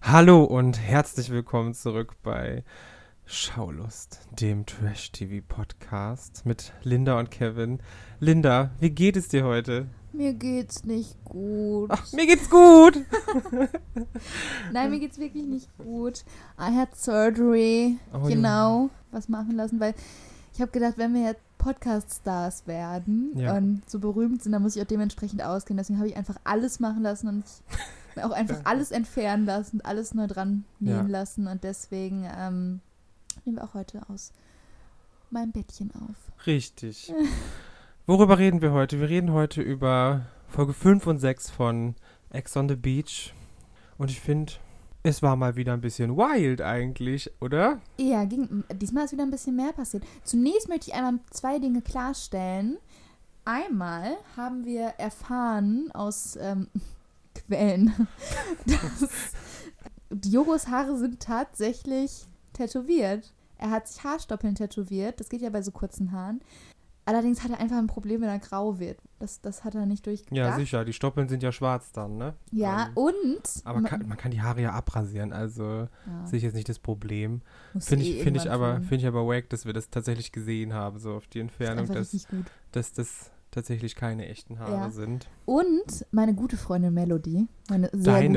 Hallo und herzlich willkommen zurück bei Schaulust, dem Trash-TV-Podcast mit Linda und Kevin. Linda, wie geht es dir heute? Mir geht's nicht gut. Ach, mir geht's gut! Nein, mir geht's wirklich nicht gut. I had surgery, Oh, was machen lassen, weil ich habe gedacht, wenn wir jetzt Podcast-Stars werden Ja. und so berühmt sind, dann muss ich auch dementsprechend ausgehen. Deswegen habe ich einfach alles machen lassen und auch einfach alles entfernen lassen, alles neu dran nähen lassen. Und deswegen nehmen wir auch heute aus meinem Bettchen auf. Richtig. Worüber reden wir heute? Wir reden heute über Folge 5 und 6 von Ex on the Beach. Und ich finde, es war mal wieder ein bisschen wild eigentlich, oder? Ja, diesmal ist wieder ein bisschen mehr passiert. Zunächst möchte ich einmal 2 Dinge klarstellen. Einmal haben wir erfahren aus Quellen, dass Diogos Haare sind tatsächlich tätowiert. Er hat sich Haarstoppeln tätowiert. Das geht ja bei so kurzen Haaren. Allerdings hat er einfach ein Problem, wenn er grau wird. Das hat er nicht durchgedacht. Ja, sicher. Die Stoppeln sind ja schwarz dann, ne? Ja, und... Aber man kann die Haare ja abrasieren, also sehe ich jetzt nicht das Problem. Finde ich aber wack, dass wir das tatsächlich gesehen haben, so auf die Entfernung, dass das tatsächlich keine echten Haare sind. Und meine gute Freundin Melody, meine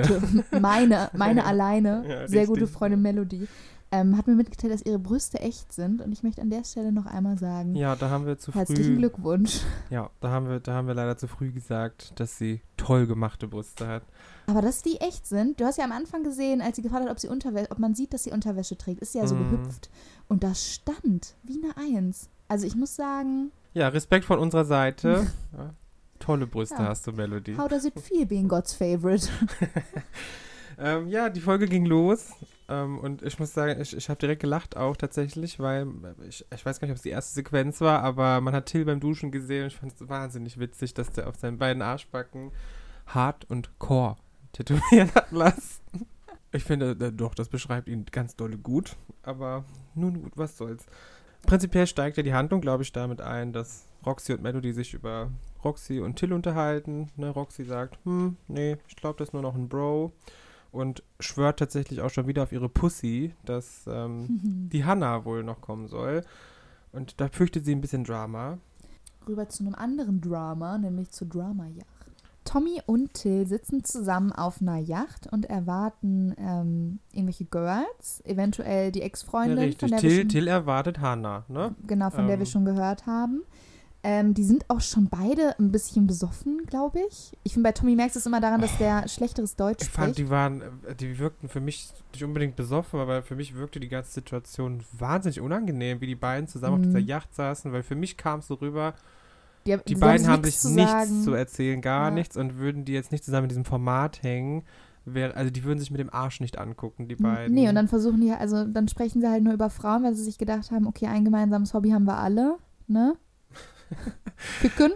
alleine, ja, sehr gute Freundin Melody, hat mir mitgeteilt, dass ihre Brüste echt sind. Und ich möchte an der Stelle noch einmal sagen, ja, da haben wir zu herzlichen Glückwunsch. Ja, da haben wir leider zu früh gesagt, dass sie toll gemachte Brüste hat. Aber dass die echt sind, du hast ja am Anfang gesehen, als sie gefragt hat, ob man sieht, dass sie Unterwäsche trägt, ist sie ja so gehüpft. Und das stand wie eine Eins. Also ich muss sagen... Ja, Respekt von unserer Seite. Ja, tolle Brüste hast du, Melody. How does it feel being God's favorite? Ja, die Folge ging los und ich muss sagen, ich habe direkt gelacht auch tatsächlich, weil ich weiß gar nicht, ob es die erste Sequenz war, aber man hat Till beim Duschen gesehen und ich fand es wahnsinnig witzig, dass der auf seinen beiden Arschbacken Hart und Core tätowieren hat lassen. Ich finde, doch, das beschreibt ihn ganz dolle gut, aber nun gut, was soll's. Prinzipiell steigt ja die Handlung, glaube ich, damit ein, dass Roxy und Melody sich über Roxy und Till unterhalten. Ne, Roxy sagt, nee, ich glaube, das ist nur noch ein Bro. Und schwört tatsächlich auch schon wieder auf ihre Pussy, dass die Hannah wohl noch kommen soll. Und da fürchtet sie ein bisschen Drama. Rüber zu einem anderen Drama, nämlich zur Drama-Yacht. Tommy und Till sitzen zusammen auf einer Yacht und erwarten irgendwelche Girls, eventuell die Ex-Freundin. Ja, richtig, von der Till erwartet Hannah, ne? Genau, von der wir schon gehört haben. Die sind auch schon beide ein bisschen besoffen, glaube ich. Ich finde, bei Tommy merkst du es immer daran, dass der schlechteres Deutsch spricht. Ich fand, die wirkten für mich nicht unbedingt besoffen, aber für mich wirkte die ganze Situation wahnsinnig unangenehm, wie die beiden zusammen auf dieser Yacht saßen, weil für mich kam es so rüber, die beiden haben sich nichts zu erzählen, gar nichts, und würden die jetzt nicht zusammen in diesem Format hängen, also die würden sich mit dem Arsch nicht angucken, die beiden. Nee, und dann dann sprechen sie halt nur über Frauen, weil sie sich gedacht haben, okay, ein gemeinsames Hobby haben wir alle, ne? Ficken.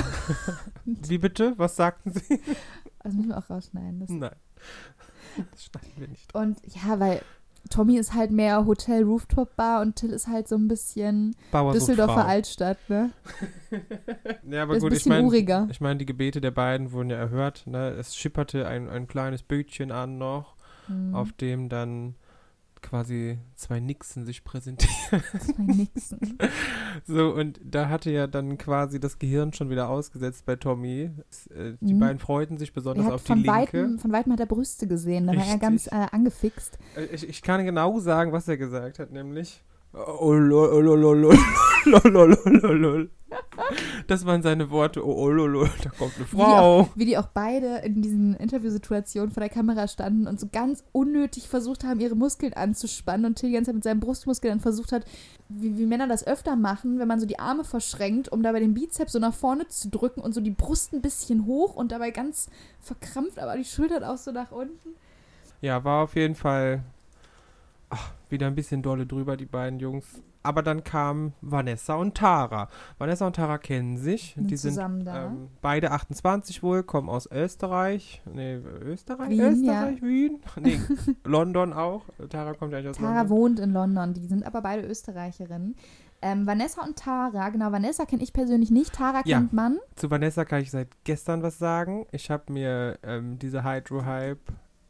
Wie bitte? Was sagten sie? Das müssen wir auch rausschneiden. Nein, das schneiden wir nicht. Und ja, weil Tommy ist halt mehr Hotel-Rooftop-Bar und Till ist halt so ein bisschen Düsseldorfer Altstadt, ne? Ja, aber gut, ich meine, die Gebete der beiden wurden ja erhört, ne? Es schipperte ein kleines Bötchen an noch, auf dem dann quasi 2 Nixen sich präsentieren. 2 Nixen. So, und da hatte ja dann quasi das Gehirn schon wieder ausgesetzt bei Tommy. Die beiden freuten sich besonders auf die Linke. Von Weitem hat er Brüste gesehen, da war er ganz angefixt. Ich kann genau sagen, was er gesagt hat, nämlich oh lol. Das waren seine Worte. Oh lol, da kommt eine Frau. Wie die auch beide in diesen Interviewsituationen vor der Kamera standen und so ganz unnötig versucht haben, ihre Muskeln anzuspannen und Till die ganze Zeit mit seinen Brustmuskeln dann versucht hat, wie Männer das öfter machen, wenn man so die Arme verschränkt, um dabei den Bizeps so nach vorne zu drücken und so die Brust ein bisschen hoch und dabei ganz verkrampft, aber die Schultern auch so nach unten. Ja, war auf jeden Fall wieder ein bisschen dolle drüber, die beiden Jungs. Aber dann kamen Vanessa und Tara. Vanessa und Tara kennen sich. Die sind beide 28 wohl, kommen aus Österreich. Nee, Österreich? Wien? Nee, London auch. Tara kommt ja nicht aus London. Tara wohnt in London. Die sind aber beide Österreicherinnen. Vanessa und Tara, genau, Vanessa kenne ich persönlich nicht, Tara kennt man. Zu Vanessa kann ich seit gestern was sagen. Ich habe mir diese Hydro-Hype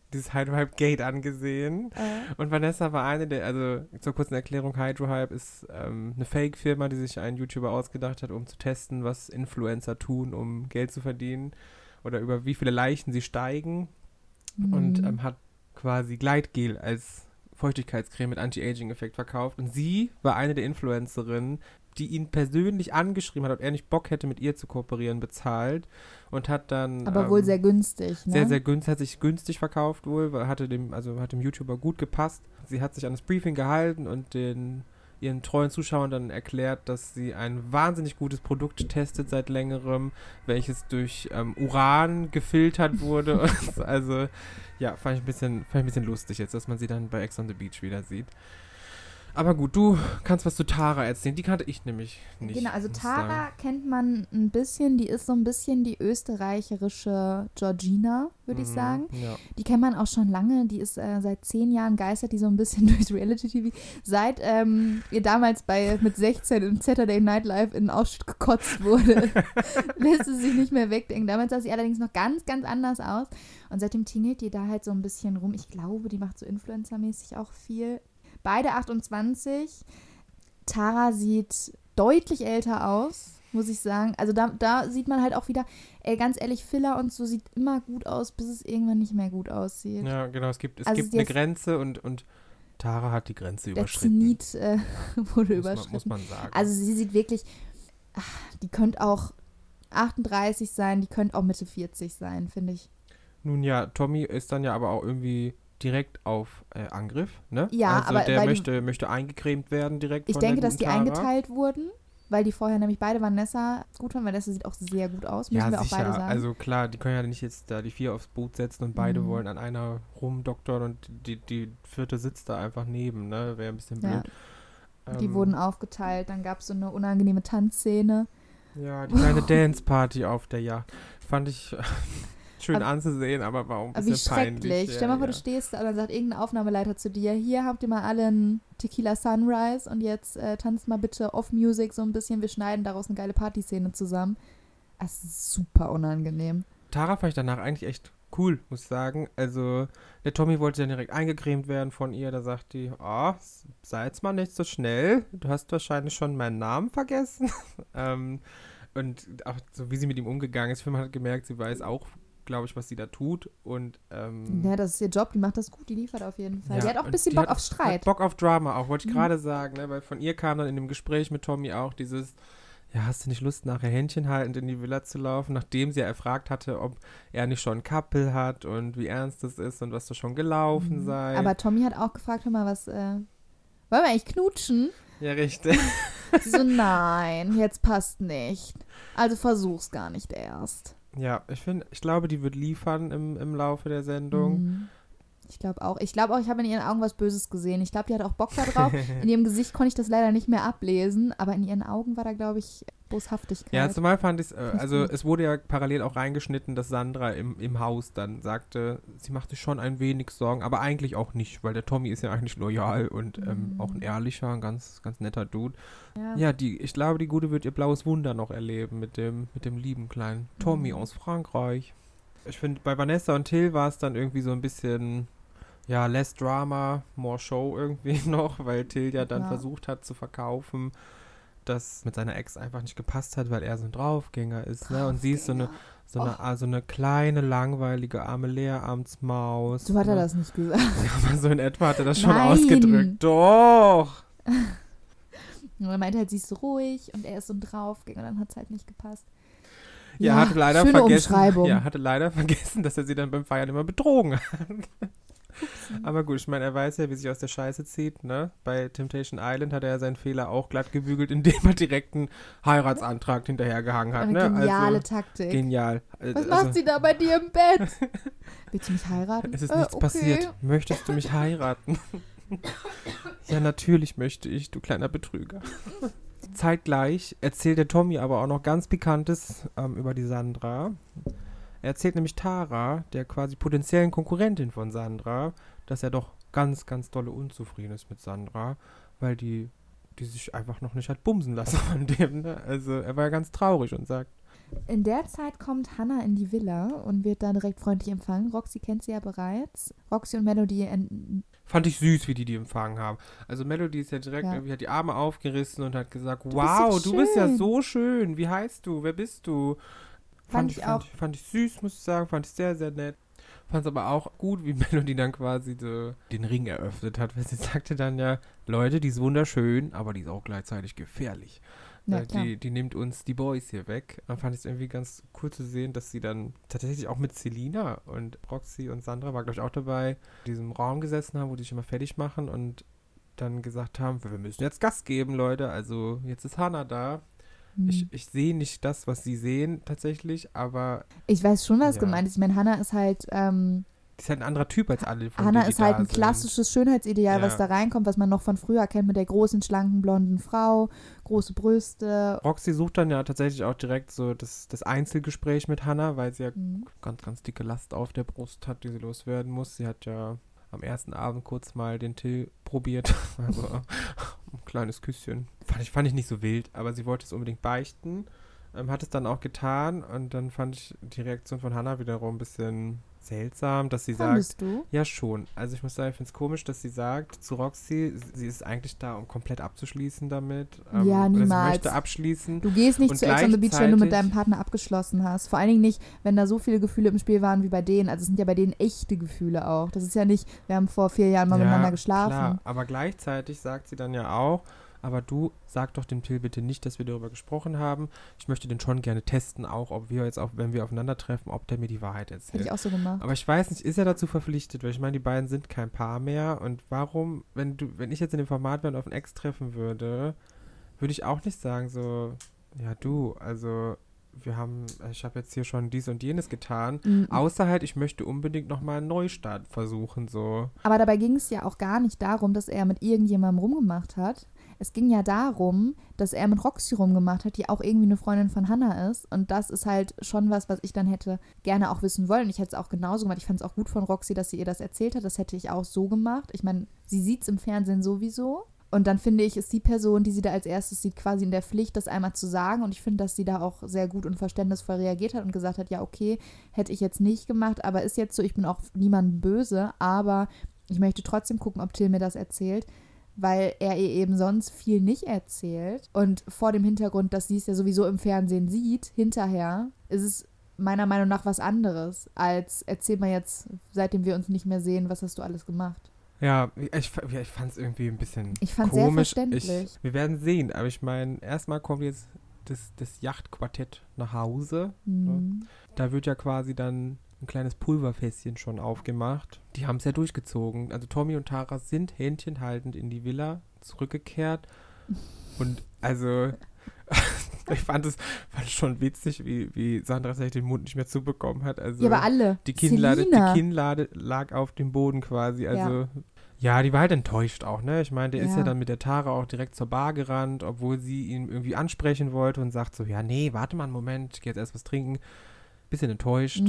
dieses Hydro-Hype-Gate angesehen. Und Vanessa war eine der, also zur kurzen Erklärung, Hydro-Hype ist eine Fake-Firma, die sich ein YouTuber ausgedacht hat, um zu testen, was Influencer tun, um Geld zu verdienen oder über wie viele Leichen sie steigen. Und hat quasi Gleitgel als Feuchtigkeitscreme mit Anti-Aging-Effekt verkauft. Und sie war eine der Influencerinnen, die ihn persönlich angeschrieben hat, ob er nicht Bock hätte, mit ihr zu kooperieren, bezahlt und hat dann... Aber wohl sehr günstig, ne? Sehr, sehr günstig, hat sich günstig verkauft wohl, hat dem YouTuber gut gepasst. Sie hat sich an das Briefing gehalten und ihren treuen Zuschauern dann erklärt, dass sie ein wahnsinnig gutes Produkt testet seit längerem, welches durch Uran gefiltert wurde. Also, ja, fand ich ein bisschen lustig jetzt, dass man sie dann bei Ex on the Beach wieder sieht. Aber gut, du kannst was zu Tara erzählen. Die kannte ich nämlich nicht. Genau, also Tara kennt man ein bisschen. Die ist so ein bisschen die österreicherische Georgina, würde ich sagen. Ja. Die kennt man auch schon lange. Die ist seit 10 Jahren geistert, die so ein bisschen durchs Reality-TV. Seit ihr damals mit 16 im Saturday Night Live in den Ausschnitt gekotzt wurde, lässt sie sich nicht mehr wegdenken. Damals sah sie allerdings noch ganz, ganz anders aus. Und seitdem tingelt die da halt so ein bisschen rum. Ich glaube, die macht so Influencer-mäßig auch viel. Beide 28. Tara sieht deutlich älter aus, muss ich sagen. Also da sieht man halt auch wieder, ganz ehrlich, Filler und so sieht immer gut aus, bis es irgendwann nicht mehr gut aussieht. Ja, genau, es gibt eine Grenze und Tara hat die Grenze überschritten. Der Zenit wurde überschritten. Muss man sagen. Also sie sieht wirklich, die könnte auch 38 sein, die könnte auch Mitte 40 sein, finde ich. Nun ja, Tommy ist dann ja aber auch irgendwie direkt auf Angriff, ne? Ja, also aber der möchte eingecremt werden direkt ich von der denke, dass die Tara. eingeteilt wurden, weil die vorher nämlich beide Vanessa gut fanden. Vanessa sieht auch sehr gut aus, müssen wir auch beide sagen. Also klar, die können ja nicht jetzt da die 4 aufs Boot setzen und beide wollen an einer rumdoktern und die 4. sitzt da einfach neben, ne? Wäre ein bisschen blöd. Die wurden aufgeteilt, dann gab es so eine unangenehme Tanzszene. Ja, die kleine Dance-Party auf der Yacht. Fand ich schön anzusehen, aber war auch ein bisschen peinlich. Stell mal vor, du stehst da und dann sagt irgendein Aufnahmeleiter zu dir, hier habt ihr mal alle einen Tequila Sunrise und jetzt tanzt mal bitte Off-Music so ein bisschen, wir schneiden daraus eine geile Partyszene zusammen. Das ist super unangenehm. Tara fand ich danach eigentlich echt cool, muss ich sagen. Also, der Tommy wollte dann direkt eingecremt werden von ihr, da sagt die, sei jetzt mal nicht so schnell, du hast wahrscheinlich schon meinen Namen vergessen. Und auch so, wie sie mit ihm umgegangen ist, man hat gemerkt, sie weiß auch, glaube ich, was sie da tut. Und, ja, das ist ihr Job, die macht das gut, die liefert auf jeden Fall. Ja, die hat auch ein bisschen Bock auf Streit. Hat Bock auf Drama auch, wollte ich gerade sagen, ne? Weil von ihr kam dann in dem Gespräch mit Tommy auch dieses, ja, hast du nicht Lust, nachher händchenhaltend in die Villa zu laufen, nachdem sie ja erfragt hatte, ob er nicht schon ein Couple hat und wie ernst das ist und was da schon gelaufen sei. Aber Tommy hat auch gefragt, hör mal, wollen wir eigentlich knutschen? Ja, richtig. Sie so, nein, jetzt passt nicht. Also versuch's gar nicht erst. Ja, ich glaube, die wird liefern im Laufe der Sendung. Ich glaube auch. Ich habe in ihren Augen was Böses gesehen. Ich glaube, die hat auch Bock da drauf. In ihrem Gesicht konnte ich das leider nicht mehr ablesen, aber in ihren Augen war da, glaube ich, Boshaftigkeit. Ja, zumal fand ich es wurde ja parallel auch reingeschnitten, dass Sandra im Haus dann sagte, sie macht sich schon ein wenig Sorgen, aber eigentlich auch nicht, weil der Tommy ist ja eigentlich loyal und auch ein ehrlicher, ein ganz, ganz netter Dude. Ja, ich glaube, die Gute wird ihr blaues Wunder noch erleben mit dem lieben kleinen Tommy aus Frankreich. Ich finde, bei Vanessa und Till war es dann irgendwie so ein bisschen, ja, less Drama, more Show irgendwie noch, weil Till ja dann versucht hat zu verkaufen, das mit seiner Ex einfach nicht gepasst hat, weil er so ein Draufgänger ist, ne? Und sie ist so eine kleine, langweilige, arme Lehramtsmaus. So hat er das nicht gesagt. Ja, aber so in etwa hat er das schon ausgedrückt. Doch! Und er meinte halt, sie ist so ruhig und er ist so ein Draufgänger, dann hat es halt nicht gepasst. Ja, hatte leider schöne vergessen, dass er sie dann beim Feiern immer betrogen hat. Aber gut, ich meine, er weiß ja, wie sich aus der Scheiße zieht, ne? Bei Temptation Island hat er ja seinen Fehler auch glatt gebügelt, indem er direkt einen Heiratsantrag hinterhergehangen hat, ne? Geniale Taktik. Genial. Was macht sie da bei dir im Bett? Willst du mich heiraten? Es ist nichts passiert. Möchtest du mich heiraten? Ja, natürlich möchte ich, du kleiner Betrüger. Zeitgleich erzählt der Tommy aber auch noch ganz Pikantes über die Sandra. Er erzählt nämlich Tara, der quasi potenziellen Konkurrentin von Sandra, dass er doch ganz, ganz dolle unzufrieden ist mit Sandra, weil die die sich einfach noch nicht hat bumsen lassen von dem. Ne? Also er war ja ganz traurig und sagt, In der Zeit kommt Hannah in die Villa und wird da direkt freundlich empfangen. Roxy kennt sie ja bereits. Roxy und Melody fand ich süß, wie die empfangen haben. Also Melody ist ja direkt irgendwie, hat die Arme aufgerissen und hat gesagt, wow, du bist ja so schön. Wie heißt du? Wer bist du? Fand ich süß, muss ich sagen. Fand ich sehr, sehr nett. Fand es aber auch gut, wie Melody dann quasi den Ring eröffnet hat. Weil sie sagte dann ja, Leute, die ist wunderschön, aber die ist auch gleichzeitig gefährlich. Ja, die nimmt uns die Boys hier weg. Dann fand ich es irgendwie ganz cool zu sehen, dass sie dann tatsächlich auch mit Selina und Roxy und Sandra war, glaube ich, auch dabei, in diesem Raum gesessen haben, wo die sich immer fertig machen und dann gesagt haben, wir müssen jetzt Gas geben, Leute. Also jetzt ist Hannah da. Ich sehe nicht das, was sie sehen tatsächlich, aber ich weiß schon, was gemeint ist. Ich meine, Hannah ist halt die ist halt ein anderer Typ als alle von Hannah denen, ist halt ein klassisches Schönheitsideal, was da reinkommt, was man noch von früher kennt mit der großen, schlanken, blonden Frau, große Brüste. Roxy sucht dann ja tatsächlich auch direkt so das Einzelgespräch mit Hannah, weil sie ja ganz, ganz dicke Last auf der Brust hat, die sie loswerden muss. Sie hat ja am ersten Abend kurz mal den Till probiert, also ein kleines Küsschen. Fand ich nicht so wild, aber sie wollte es unbedingt beichten, hat es dann auch getan und dann fand ich die Reaktion von Hannah wiederum ein bisschen seltsam, dass sie sagt, ja schon, also ich muss sagen, ich finde es komisch, dass sie sagt zu Roxy, sie ist eigentlich da, um komplett abzuschließen damit. Ja, niemals. Oder sie möchte abschließen. Du gehst nicht zu Ex on the Beach, wenn du mit deinem Partner abgeschlossen hast. Vor allen Dingen nicht, wenn da so viele Gefühle im Spiel waren wie bei denen. Also es sind ja bei denen echte Gefühle auch. Das ist ja nicht, wir haben vor 4 Jahren mal miteinander geschlafen. Klar, aber gleichzeitig sagt sie dann ja auch, aber du sag doch dem Till bitte nicht, dass wir darüber gesprochen haben. Ich möchte den schon gerne testen, auch ob wir jetzt, wenn wir aufeinandertreffen, ob der mir die Wahrheit erzählt. Hätte ich auch so gemacht. Aber ich weiß nicht, ist er dazu verpflichtet? Weil ich meine, die beiden sind kein Paar mehr. Und warum, wenn ich jetzt in dem Format wäre und auf einen Ex treffen würde, würde ich auch nicht sagen so, ja du, also ich habe jetzt hier schon dies und jenes getan, außer halt, ich möchte unbedingt nochmal einen Neustart versuchen, so. Aber dabei ging es ja auch gar nicht darum, dass er mit irgendjemandem rumgemacht hat. Es ging ja darum, dass er mit Roxy rumgemacht hat, die auch irgendwie eine Freundin von Hannah ist. Und das ist halt schon was ich dann hätte gerne auch wissen wollen. Ich hätte es auch genauso gemacht. Ich fand es auch gut von Roxy, dass sie ihr das erzählt hat. Das hätte ich auch so gemacht. Ich meine, sie sieht es im Fernsehen sowieso. Und dann finde ich, ist die Person, die sie da als erstes sieht, quasi in der Pflicht, das einmal zu sagen. Und ich finde, dass sie da auch sehr gut und verständnisvoll reagiert hat und gesagt hat, ja, okay, hätte ich jetzt nicht gemacht, aber ist jetzt so, ich bin auch niemandem böse, aber ich möchte trotzdem gucken, ob Till mir das erzählt, weil er ihr eben sonst viel nicht erzählt. Und vor dem Hintergrund, dass sie es ja sowieso im Fernsehen sieht, hinterher, ist es meiner Meinung nach was anderes, als erzähl mal jetzt, seitdem wir uns nicht mehr sehen, was hast du alles gemacht? Ja, ich fand es irgendwie ein bisschen Ich fand es komisch. sehr verständlich. Wir werden sehen, aber ich meine, erstmal kommt jetzt das Yachtquartett nach Hause. Ne? Da wird ja quasi dann ein kleines Pulverfässchen schon aufgemacht. Die haben es ja durchgezogen. Also Tommy und Tara sind händchenhaltend in die Villa zurückgekehrt. Und also ich fand es schon witzig, wie Sandra sich den Mund nicht mehr zubekommen hat. Also ja, aber alle. Die Kinnlade lag auf dem Boden quasi. Also ja, die war halt enttäuscht auch, ne? Ich meine, der ist ja dann mit der Tara auch direkt zur Bar gerannt, obwohl sie ihn irgendwie ansprechen wollte und sagt so, ja, nee, warte mal einen Moment, ich geh jetzt erst was trinken. Bisschen enttäuscht.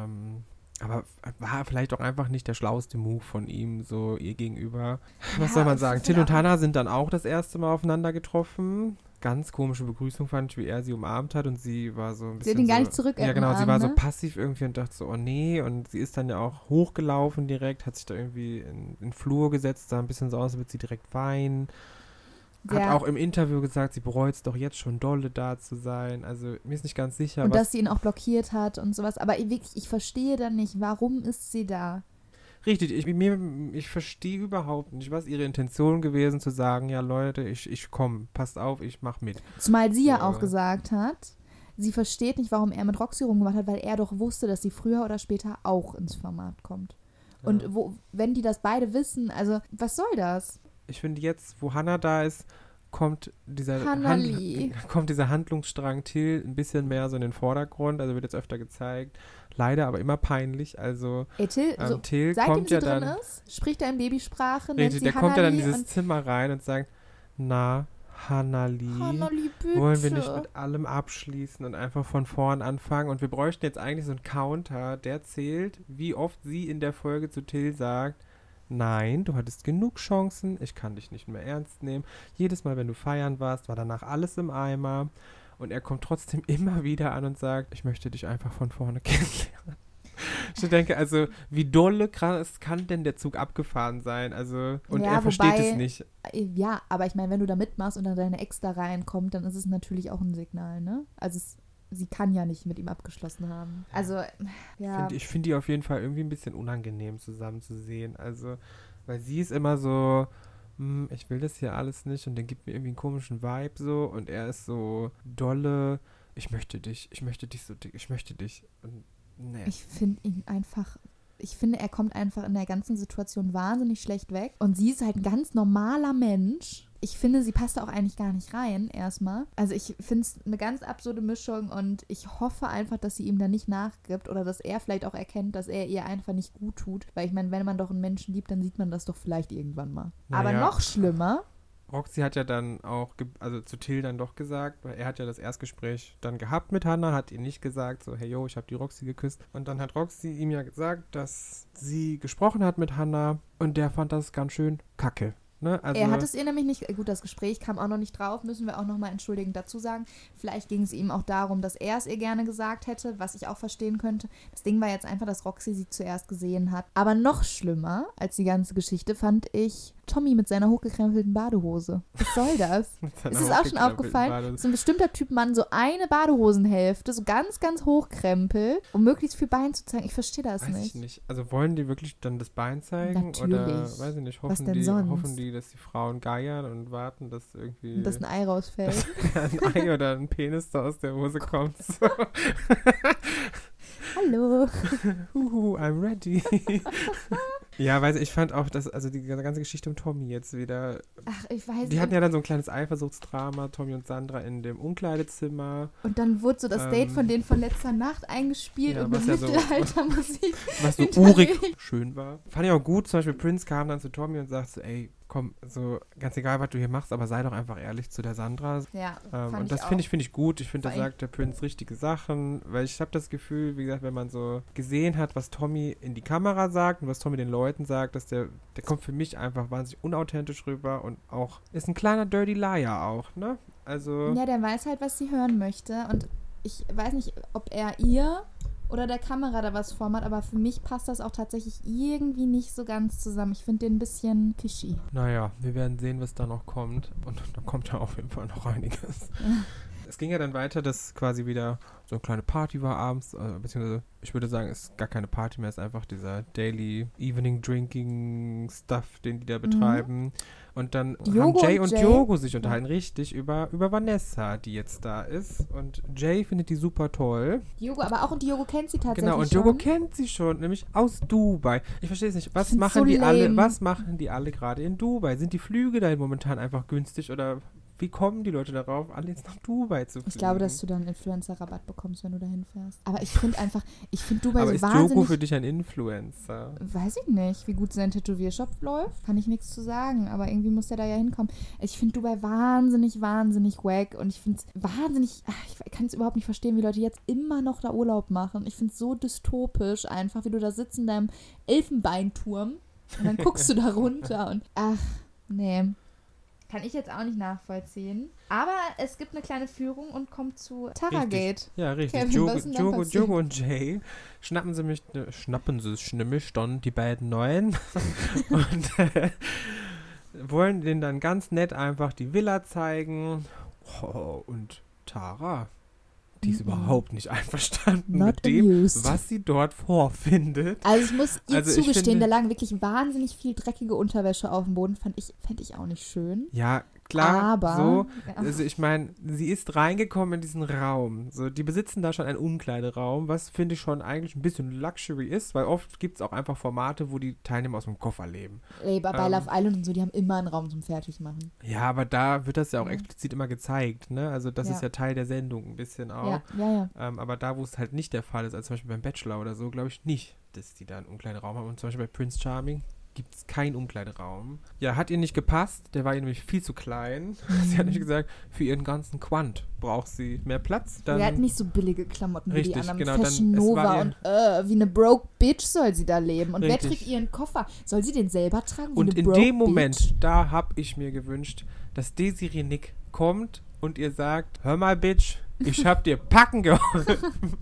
Aber war vielleicht auch einfach nicht der schlauste Move von ihm, so ihr gegenüber. Was soll man sagen? Till und Hannah sind dann auch das erste Mal aufeinander getroffen. Ganz komische Begrüßung fand ich, wie er sie umarmt hat und sie war so ein bisschen. Sie hat ihn gar nicht zurück Ja, genau, sie war so ne? passiv irgendwie und dachte so, oh nee. Und sie ist dann ja auch hochgelaufen direkt, hat sich da irgendwie in den Flur gesetzt, sah ein bisschen so aus, als würde sie direkt weinen. Hat auch im Interview gesagt, sie bereut es doch jetzt schon dolle da zu sein. Also mir ist nicht ganz sicher. Und dass sie ihn auch blockiert hat und sowas. Aber ich verstehe dann nicht, warum ist sie da? Richtig, ich verstehe überhaupt nicht, was ihre Intention gewesen, zu sagen, ja Leute, ich komme, passt auf, ich mach mit. Zumal sie ja auch gesagt hat, sie versteht nicht, warum er mit Roxy rumgemacht hat, weil er doch wusste, dass sie früher oder später auch ins Format kommt. Ja. Und wenn die das beide wissen, also was soll das? Ich finde jetzt, wo Hannah da ist, kommt dieser Handlungsstrang Till ein bisschen mehr so in den Vordergrund, also wird jetzt öfter gezeigt. Leider, aber immer peinlich. Also Till kommt ja dann, ist, spricht er in Babysprache, der kommt ja dann in dieses Zimmer rein und sagt, na, Hannali, wollen wir nicht mit allem abschließen und einfach von vorn anfangen? Und wir bräuchten jetzt eigentlich so einen Counter, der zählt, wie oft sie in der Folge zu Till sagt, nein, du hattest genug Chancen, ich kann dich nicht mehr ernst nehmen. Jedes Mal, wenn du feiern warst, war danach alles im Eimer. Und er kommt trotzdem immer wieder an und sagt, ich möchte dich einfach von vorne kennenlernen. Ich denke, also wie dolle krass kann denn der Zug abgefahren sein? Also, und Ja, er versteht wobei- es nicht. Ja, aber ich meine, wenn du da mitmachst und dann deine Ex da reinkommt, dann ist es natürlich auch ein Signal, ne? Also sie kann ja nicht mit ihm abgeschlossen haben. Also, ja. Ich finde die auf jeden Fall irgendwie ein bisschen unangenehm zusammen zu sehen. Also, weil sie ist immer so, ich will das hier alles nicht und der gibt mir irgendwie einen komischen Vibe so und er ist so dolle, ich möchte dich so dick, ich möchte dich. Und nee. Ich finde ihn einfach, ich finde, er kommt einfach in der ganzen Situation wahnsinnig schlecht weg. Und sie ist halt ein ganz normaler Mensch. Ich finde, sie passt da auch eigentlich gar nicht rein, erstmal. Also ich finde es eine ganz absurde Mischung und ich hoffe einfach, dass sie ihm da nicht nachgibt oder dass er vielleicht auch erkennt, dass er ihr einfach nicht gut tut. Weil ich meine, wenn man doch einen Menschen liebt, dann sieht man das doch vielleicht irgendwann mal. Naja. Aber noch schlimmer, Roxy hat ja dann auch, also zu Till dann doch gesagt, weil er hat ja das Erstgespräch dann gehabt mit Hannah, hat ihr nicht gesagt, so, hey, yo, ich habe die Roxy geküsst. Und dann hat Roxy ihm ja gesagt, dass sie gesprochen hat mit Hannah und der fand das ganz schön kacke. Ne? Also, er hat es ihr nämlich nicht, gut, das Gespräch kam auch noch nicht drauf, müssen wir auch nochmal entschuldigend dazu sagen. Vielleicht ging es ihm auch darum, dass er es ihr gerne gesagt hätte, was ich auch verstehen könnte. Das Ding war jetzt einfach, dass Roxy sie zuerst gesehen hat. Aber noch schlimmer als die ganze Geschichte fand ich Tommy mit seiner hochgekrempelten Badehose. Was soll das? Ist es auch schon aufgefallen? So ein bestimmter Typ Mann, so eine Badehosenhälfte, so ganz, ganz hochkrempelt, um möglichst viel Bein zu zeigen. Ich verstehe das weiß nicht. ich nicht. Also wollen die wirklich dann das Bein zeigen? Natürlich. Oder, weiß ich nicht, Was denn sonst? hoffen die, dass die Frauen geiern und warten, dass irgendwie Und dass ein Ei rausfällt. ein Ei oder ein Penis da aus der Hose kommt. So. Hallo. Huhu, I'm ready. Ja, weiß ich fand auch, dass, also die ganze Geschichte um Tommy jetzt wieder, Ach, ich weiß die hatten ja dann so ein kleines Eifersuchtsdrama, Tommy und Sandra in dem Umkleidezimmer. Und dann wurde so das Date von denen von letzter Nacht eingespielt ja, und mit was ja so- Mittelaltermusik. Was so hinterlegt. urig schön war. Fand ich auch gut, zum Beispiel Prince kam dann zu Tommy und sagte so, ey, komm, so ganz egal, was du hier machst, aber sei doch einfach ehrlich zu der Sandra. Ja, Und das finde ich gut. Ich finde, da sagt der Prince richtige Sachen, weil ich habe das Gefühl, wie gesagt, wenn man so gesehen hat, was Tommy in die Kamera sagt und was Tommy den Leuten sagt, dass der kommt für mich einfach wahnsinnig unauthentisch rüber und auch ist ein kleiner Dirty Liar auch, ne? Also Ja, der weiß halt, was sie hören möchte. Und ich weiß nicht, ob er ihr oder der Kamera da was vormacht, aber für mich passt das auch tatsächlich irgendwie nicht so ganz zusammen. Ich finde den ein bisschen fishy. naja, wir werden sehen, was da noch kommt und da kommt ja auf jeden Fall noch einiges. Es ging ja dann weiter, dass quasi wieder so eine kleine Party war abends, beziehungsweise ich würde sagen, es ist gar keine Party mehr, es ist einfach dieser Daily Evening Drinking Stuff, den die da betreiben. Und dann haben Diogo Jay und und Jay. Diogo sich unterhalten, richtig, über Vanessa, die jetzt da ist. Und Jay findet die super toll. Diogo, aber auch und Diogo kennt sie tatsächlich Genau, und Diogo schon. kennt sie schon, nämlich aus Dubai. Ich verstehe es nicht. Was find's machen so die alle? lame. Was machen die alle gerade in Dubai? Sind die Flüge dahin momentan einfach günstig oder wie kommen die Leute darauf, alle jetzt nach Dubai zu fliegen? Ich glaube, dass du dann Influencer-Rabatt bekommst, wenn du dahin fährst. Aber ich finde Dubai Aber so ist wahnsinnig... Diogo für dich ein Influencer? Weiß ich nicht, wie gut sein Tätowiershop läuft. Kann ich nichts zu sagen, aber irgendwie muss der da ja hinkommen. Ich finde Dubai wahnsinnig, wahnsinnig wack und ich finde es wahnsinnig, ich kann es überhaupt nicht verstehen, wie Leute jetzt immer noch da Urlaub machen. Ich finde es so dystopisch einfach, wie du da sitzt in deinem Elfenbeinturm und dann guckst du da runter und nee. Kann ich jetzt auch nicht nachvollziehen. Aber es gibt eine kleine Führung und kommt zu Taragate. Richtig. Ja, richtig. Kevin, was ist denn da passiert? Diogo und Jay schnappen sie nämlich dann die beiden Neuen und wollen denen dann ganz nett einfach die Villa zeigen. Oh, und Tara, die ist überhaupt nicht einverstanden Not mit dem, amused. was sie dort vorfindet. Also ich muss ihr Also ich zugestehen, finde- da lagen wirklich wahnsinnig viel dreckige Unterwäsche auf dem Boden. Fände ich auch nicht schön. Ja, klar, Aber so. ja. Also ich meine, sie ist reingekommen in diesen Raum. So, die besitzen da schon einen Umkleideraum, was finde ich schon eigentlich ein bisschen Luxury ist, weil oft gibt es auch einfach Formate, wo die Teilnehmer aus dem Koffer leben. Ey, bei Love Island und so, die haben immer einen Raum zum Fertigmachen. Ja, aber da wird das ja auch Ja. explizit immer gezeigt, ne? Also das Ja. ist ja Teil der Sendung ein bisschen auch. Ja. Aber da, wo es halt nicht der Fall ist, als zum Beispiel beim Bachelor oder so, glaube ich nicht, dass die da einen Umkleideraum haben. Und zum Beispiel bei Prince Charming gibt es keinen Umkleideraum. Ja, hat ihr nicht gepasst, der war ihr nämlich viel zu klein. Sie hat nämlich gesagt, für ihren ganzen Quant braucht sie mehr Platz. Dann Wir hatten nicht so billige Klamotten richtig, wie die anderen. genau, Fashion dann, Nova und wie eine broke Bitch soll sie da leben. Und richtig. wer trägt ihren Koffer? Soll sie den selber tragen? Wie und eine in broke dem Moment, Bitch? da habe ich mir gewünscht, dass Desiree Nick kommt und ihr sagt, hör mal, Bitch, ich hab dir Packen geholfen.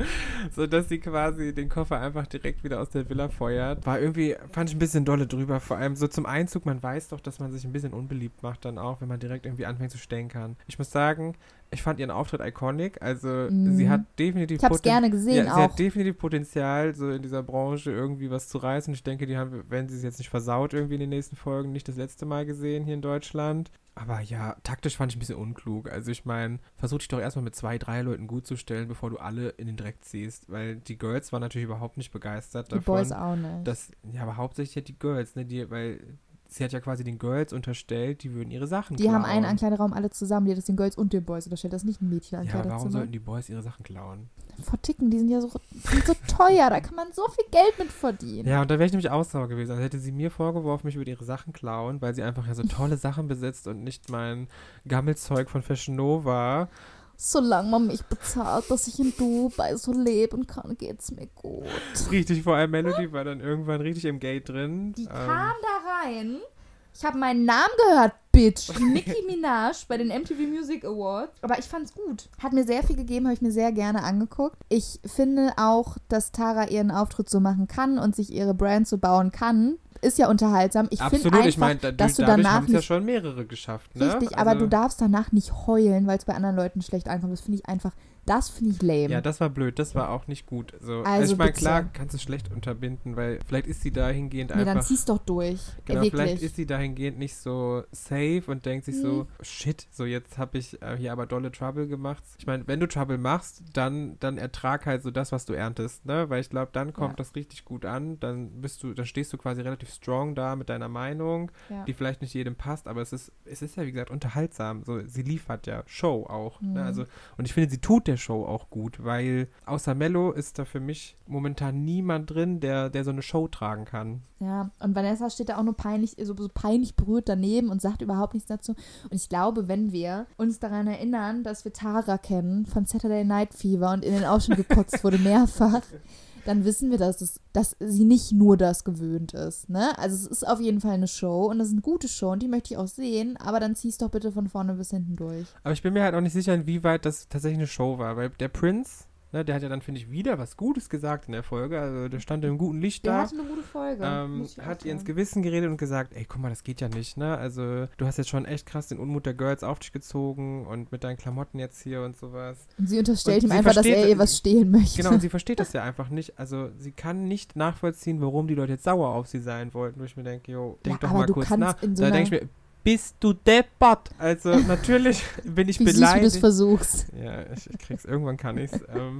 So dass sie quasi den Koffer einfach direkt wieder aus der Villa feuert. War irgendwie, fand ich ein bisschen dolle drüber. Vor allem so zum Einzug, man weiß doch, dass man sich ein bisschen unbeliebt macht dann auch, wenn man direkt irgendwie anfängt zu stänkern. Ich muss sagen, ich fand ihren Auftritt iconic. Also sie hat definitiv Ich hab's gerne gesehen sie auch. hat definitiv Potenzial, so in dieser Branche irgendwie was zu reißen. Ich denke, die haben, wenn sie es jetzt nicht versaut, irgendwie in den nächsten Folgen, nicht das letzte Mal gesehen hier in Deutschland. Aber ja, taktisch fand ich ein bisschen unklug. Also ich meine, versuch dich doch erstmal mit 2, 3 Leuten gut zu stellen, bevor du alle in den Dreck ziehst. Weil die Girls waren natürlich überhaupt nicht begeistert Die davon. Boys auch nicht. Ja, aber hauptsächlich ja die Girls, ne? Weil sie hat ja quasi den Girls unterstellt, die würden ihre Sachen Die klauen. haben einen Ankleideraum alle zusammen, die hat das den Girls und den Boys unterstellt. Das ist nicht ein Ja, Mädchenankleidezimmer. warum sollten die Boys ihre Sachen klauen? Verticken, die sind ja so teuer, da kann man so viel Geld mit verdienen. Ja, und da wäre ich nämlich auch sauer gewesen. Also hätte sie mir vorgeworfen, ich würde ihre Sachen klauen, weil sie einfach ja so tolle Sachen besitzt und nicht mein Gammelzeug von Fashion Nova. Solange man mich bezahlt, dass ich in Dubai so leben kann, geht's mir gut. Richtig, vor allem Melody war dann irgendwann richtig im Gate drin. Die kam da rein. Ich habe meinen Namen gehört, Bitch. Nicki Minaj bei den MTV Music Awards. Aber ich fand's gut. Hat mir sehr viel gegeben, habe ich mir sehr gerne angeguckt. Ich finde auch, dass Tara ihren Auftritt so machen kann und sich ihre Brand so bauen kann. Ist ja unterhaltsam. Ich finde Absolut, einfach, ich meine, dass du dadurch danach haben es ja nicht, schon mehrere geschafft, ne? richtig, Also, aber du darfst danach nicht heulen, weil es bei anderen Leuten schlecht ankommt. Das finde ich einfach, das finde ich lame. ja, das war blöd, das war auch nicht gut. Also Also ich meine, bitte. klar kannst du es schlecht unterbinden, weil vielleicht ist sie dahingehend Nee, dann einfach... zieh's doch durch. Genau, Wirklich. vielleicht ist sie dahingehend nicht so safe und denkt sich so, shit, so jetzt habe ich hier aber dolle Trouble gemacht. Ich meine, wenn du Trouble machst, dann ertrag halt so das, was du erntest, ne? Weil ich glaube, dann kommt das richtig gut an, dann stehst du quasi relativ strong da mit deiner Meinung, die vielleicht nicht jedem passt, aber es ist ja, wie gesagt, unterhaltsam. So, sie liefert ja Show auch, ne? Also, und ich finde, sie tut der Show auch gut, weil außer Mello ist da für mich momentan niemand drin, der so eine Show tragen kann. Ja, und Vanessa steht da auch nur peinlich, so peinlich berührt daneben und sagt überhaupt nichts dazu. Und ich glaube, wenn wir uns daran erinnern, dass wir Tara kennen von Saturday Night Fever und in den auch schon gekotzt wurde mehrfach, dann wissen wir, dass sie nicht nur das gewöhnt ist, ne? Also es ist auf jeden Fall eine Show und das ist eine gute Show und die möchte ich auch sehen, aber dann zieh's doch bitte von vorne bis hinten durch. Aber ich bin mir halt auch nicht sicher, inwieweit das tatsächlich eine Show war, weil der Prince, ne, der hat ja dann, finde ich, wieder was Gutes gesagt in der Folge, also der stand im guten Licht Der da. hatte eine gute Folge. Hat ihr ins Gewissen geredet und gesagt, ey, guck mal, das geht ja nicht, ne? Also du hast jetzt schon echt krass den Unmut der Girls auf dich gezogen und mit deinen Klamotten jetzt hier und sowas. Und sie unterstellt Und ihm sie einfach, dass er versteht- ihr was stehlen möchte. Genau, und sie versteht das ja einfach nicht. Also sie kann nicht nachvollziehen, warum die Leute jetzt sauer auf sie sein wollten. Wo ich mir denke, jo, denk doch aber mal du kurz kannst nach. in so Da einer- denke ich mir, bist du deppert? Also natürlich bin ich Wie süß, wie du es beleidigt. versuchst. Ja, ich krieg's, irgendwann kann ich's.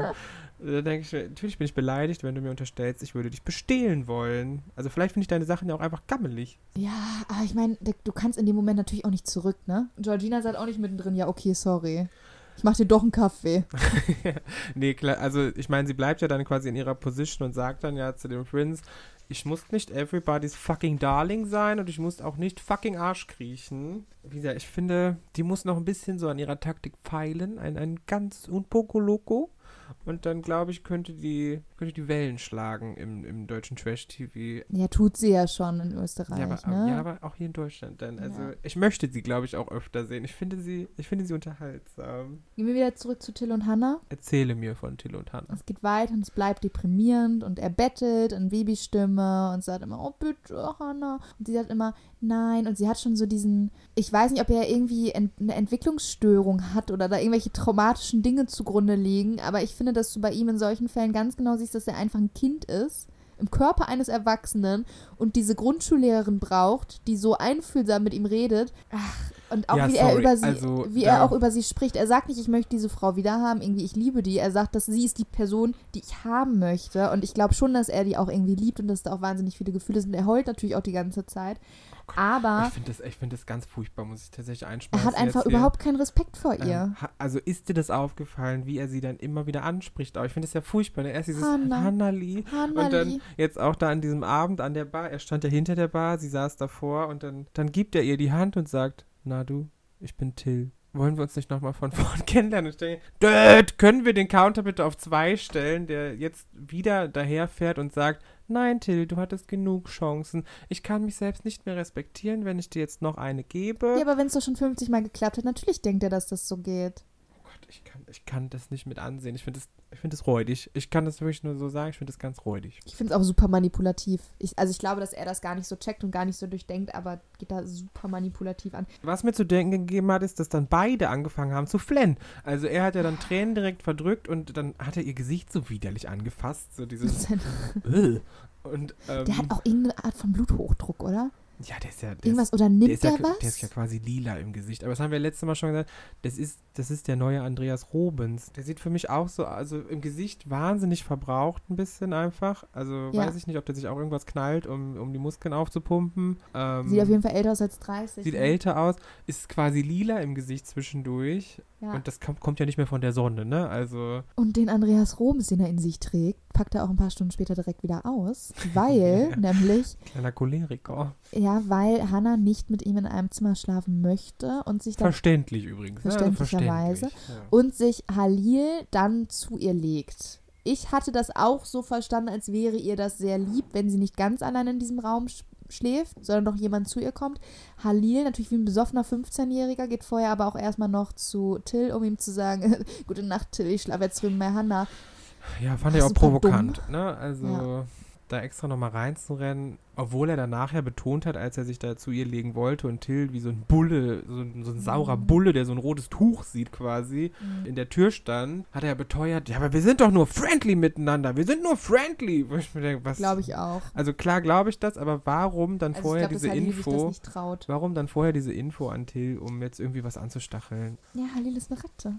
Da denke ich mir, natürlich bin ich beleidigt, wenn du mir unterstellst, ich würde dich bestehlen wollen. Also vielleicht finde ich deine Sachen ja auch einfach gammelig. Ja, aber ich meine, du kannst in dem Moment natürlich auch nicht zurück, ne? Georgina sagt auch nicht mittendrin, ja, okay, sorry. Ich mach dir doch einen Kaffee. Nee, klar, also ich meine, sie bleibt ja dann quasi in ihrer Position und sagt dann ja zu dem Prince, ich muss nicht everybody's fucking darling sein und ich muss auch nicht fucking Arsch kriechen. Wie gesagt, ich finde, die muss noch ein bisschen so an ihrer Taktik feilen, ein ganz un poco loco. Und dann, glaube ich, könnte die Wellen schlagen im deutschen Trash-TV. Ja, tut sie ja schon in Österreich, ne? Ja, aber auch hier in Deutschland dann. Also ich möchte sie, glaube ich, auch öfter sehen. Ich finde sie unterhaltsam. Gehen wir wieder zurück zu Till und Hannah. Erzähle mir von Till und Hannah. Es geht weiter und es bleibt deprimierend und er bettelt in Babystimme und sagt immer, oh bitte, Hannah. Und sie sagt immer, nein. Und sie hat schon so diesen, ich weiß nicht, ob er irgendwie eine Entwicklungsstörung hat oder da irgendwelche traumatischen Dinge zugrunde liegen, aber ich finde, dass du bei ihm in solchen Fällen ganz genau siehst, dass er einfach ein Kind ist, im Körper eines Erwachsenen und diese Grundschullehrerin braucht, die so einfühlsam mit ihm redet. Ach, Und auch Ja, wie er sorry, über sie, also wie er auch über sie spricht. Er sagt nicht, ich möchte diese Frau wieder haben, irgendwie, ich liebe die. Er sagt, dass sie ist die Person, die ich haben möchte. Und ich glaube schon, dass er die auch irgendwie liebt und dass da auch wahnsinnig viele Gefühle sind. Er heult natürlich auch die ganze Zeit. Aber Ich finde das ganz furchtbar, muss ich tatsächlich er einschmeißen. hat einfach überhaupt keinen Respekt vor ihr. Also ist dir das aufgefallen, wie er sie dann immer wieder anspricht? Aber ich finde das ja furchtbar. Ne? Erst dieses Hanna. Hannali. Und dann jetzt auch da an diesem Abend an der Bar. Er stand ja hinter der Bar, sie saß davor und dann gibt er ihr die Hand und sagt, na du, ich bin Till. Wollen wir uns nicht nochmal von vorn kennenlernen? Und ich denke, können wir den Counter bitte auf 2 stellen, der jetzt wieder daherfährt und sagt, nein, Till, du hattest genug Chancen. Ich kann mich selbst nicht mehr respektieren, wenn ich dir jetzt noch eine gebe. Ja, aber wenn es doch schon 50 Mal geklappt hat, natürlich denkt er, dass das so geht. Oh Gott, ich kann das nicht mit ansehen. Ich finde das räudig. Ich kann das wirklich nur so sagen, ich finde das ganz räudig. Ich finde es auch super manipulativ. Ich glaube, dass er das gar nicht so checkt und gar nicht so durchdenkt, aber geht da super manipulativ an. Was mir zu denken gegeben hat, ist, dass dann beide angefangen haben zu flennen. Also er hat ja dann Tränen direkt verdrückt und dann hat er ihr Gesicht so widerlich angefasst. So dieses und, der hat auch irgendeine Art von Bluthochdruck, oder? Ja, irgendwas, oder nimmt der was? Der ist ja quasi lila im Gesicht. Aber das haben wir letztes Mal schon gesagt, das ist der neue Andreas Robens. Der sieht für mich auch so, also im Gesicht wahnsinnig verbraucht ein bisschen einfach. Also weiß ich nicht, ob der sich auch irgendwas knallt, um die Muskeln aufzupumpen. Sieht auf jeden Fall älter aus als 30. Sieht älter aus, ist quasi lila im Gesicht zwischendurch. Ja. Und das kommt ja nicht mehr von der Sonne, ne? Also. Und den Andreas Robens, den er in sich trägt, packt er auch ein paar Stunden später direkt wieder aus, weil nämlich... Kleiner Choleriker. Ja, weil Hannah nicht mit ihm in einem Zimmer schlafen möchte und sich dann... Verständlich übrigens. Verständlicherweise. Ja. Und sich Halil dann zu ihr legt. Ich hatte das auch so verstanden, als wäre ihr das sehr lieb, wenn sie nicht ganz allein in diesem Raum schläft, sondern noch jemand zu ihr kommt. Halil, natürlich wie ein besoffener 15-Jähriger, geht vorher aber auch erstmal noch zu Till, um ihm zu sagen, gute Nacht, Till, ich schlafe jetzt drüben bei Hannah. Ja, fand ich auch provokant, dumm. ne? Also da extra nochmal reinzurennen, obwohl er dann nachher betont hat, als er sich da zu ihr legen wollte und Till wie so ein Bulle, so ein saurer Bulle, der so ein rotes Tuch sieht quasi, in der Tür stand, hat er beteuert, ja, aber wir sind doch nur friendly miteinander, wir sind nur friendly. Wo ich mir denke, was? Glaube ich auch. Also klar glaube ich das, aber warum dann vorher ich glaub, diese dass Halil Info? sich das nicht traut. Warum dann vorher diese Info an Till, um jetzt irgendwie was anzustacheln? Ja, Halil ist eine Ratte.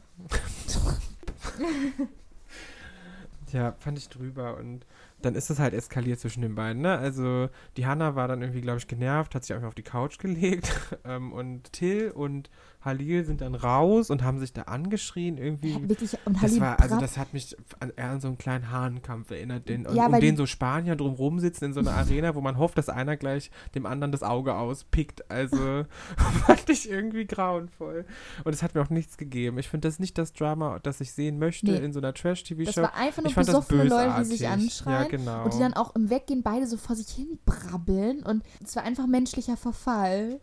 Ja, fand ich drüber und dann ist es halt eskaliert zwischen den beiden, ne? Also die Hannah war dann irgendwie, glaube ich, genervt, hat sich einfach auf die Couch gelegt und Till und Halil sind dann raus und haben sich da angeschrien irgendwie. Ja, wirklich, und Halil das hat mich eher an so einen kleinen Hahnenkampf erinnert, ja, um den so Spanier drumrum sitzen in so einer Arena, wo man hofft, dass einer gleich dem anderen das Auge auspickt. Also fand ich irgendwie grauenvoll. Und es hat mir auch nichts gegeben. Ich finde das nicht das Drama, das ich sehen möchte in so einer Trash-TV-Show. Das war einfach nur besoffene Leute, die sich anschreien. Ja, genau. Und die dann auch im Weggehen beide so vor sich hin brabbeln. Und es war einfach menschlicher Verfall.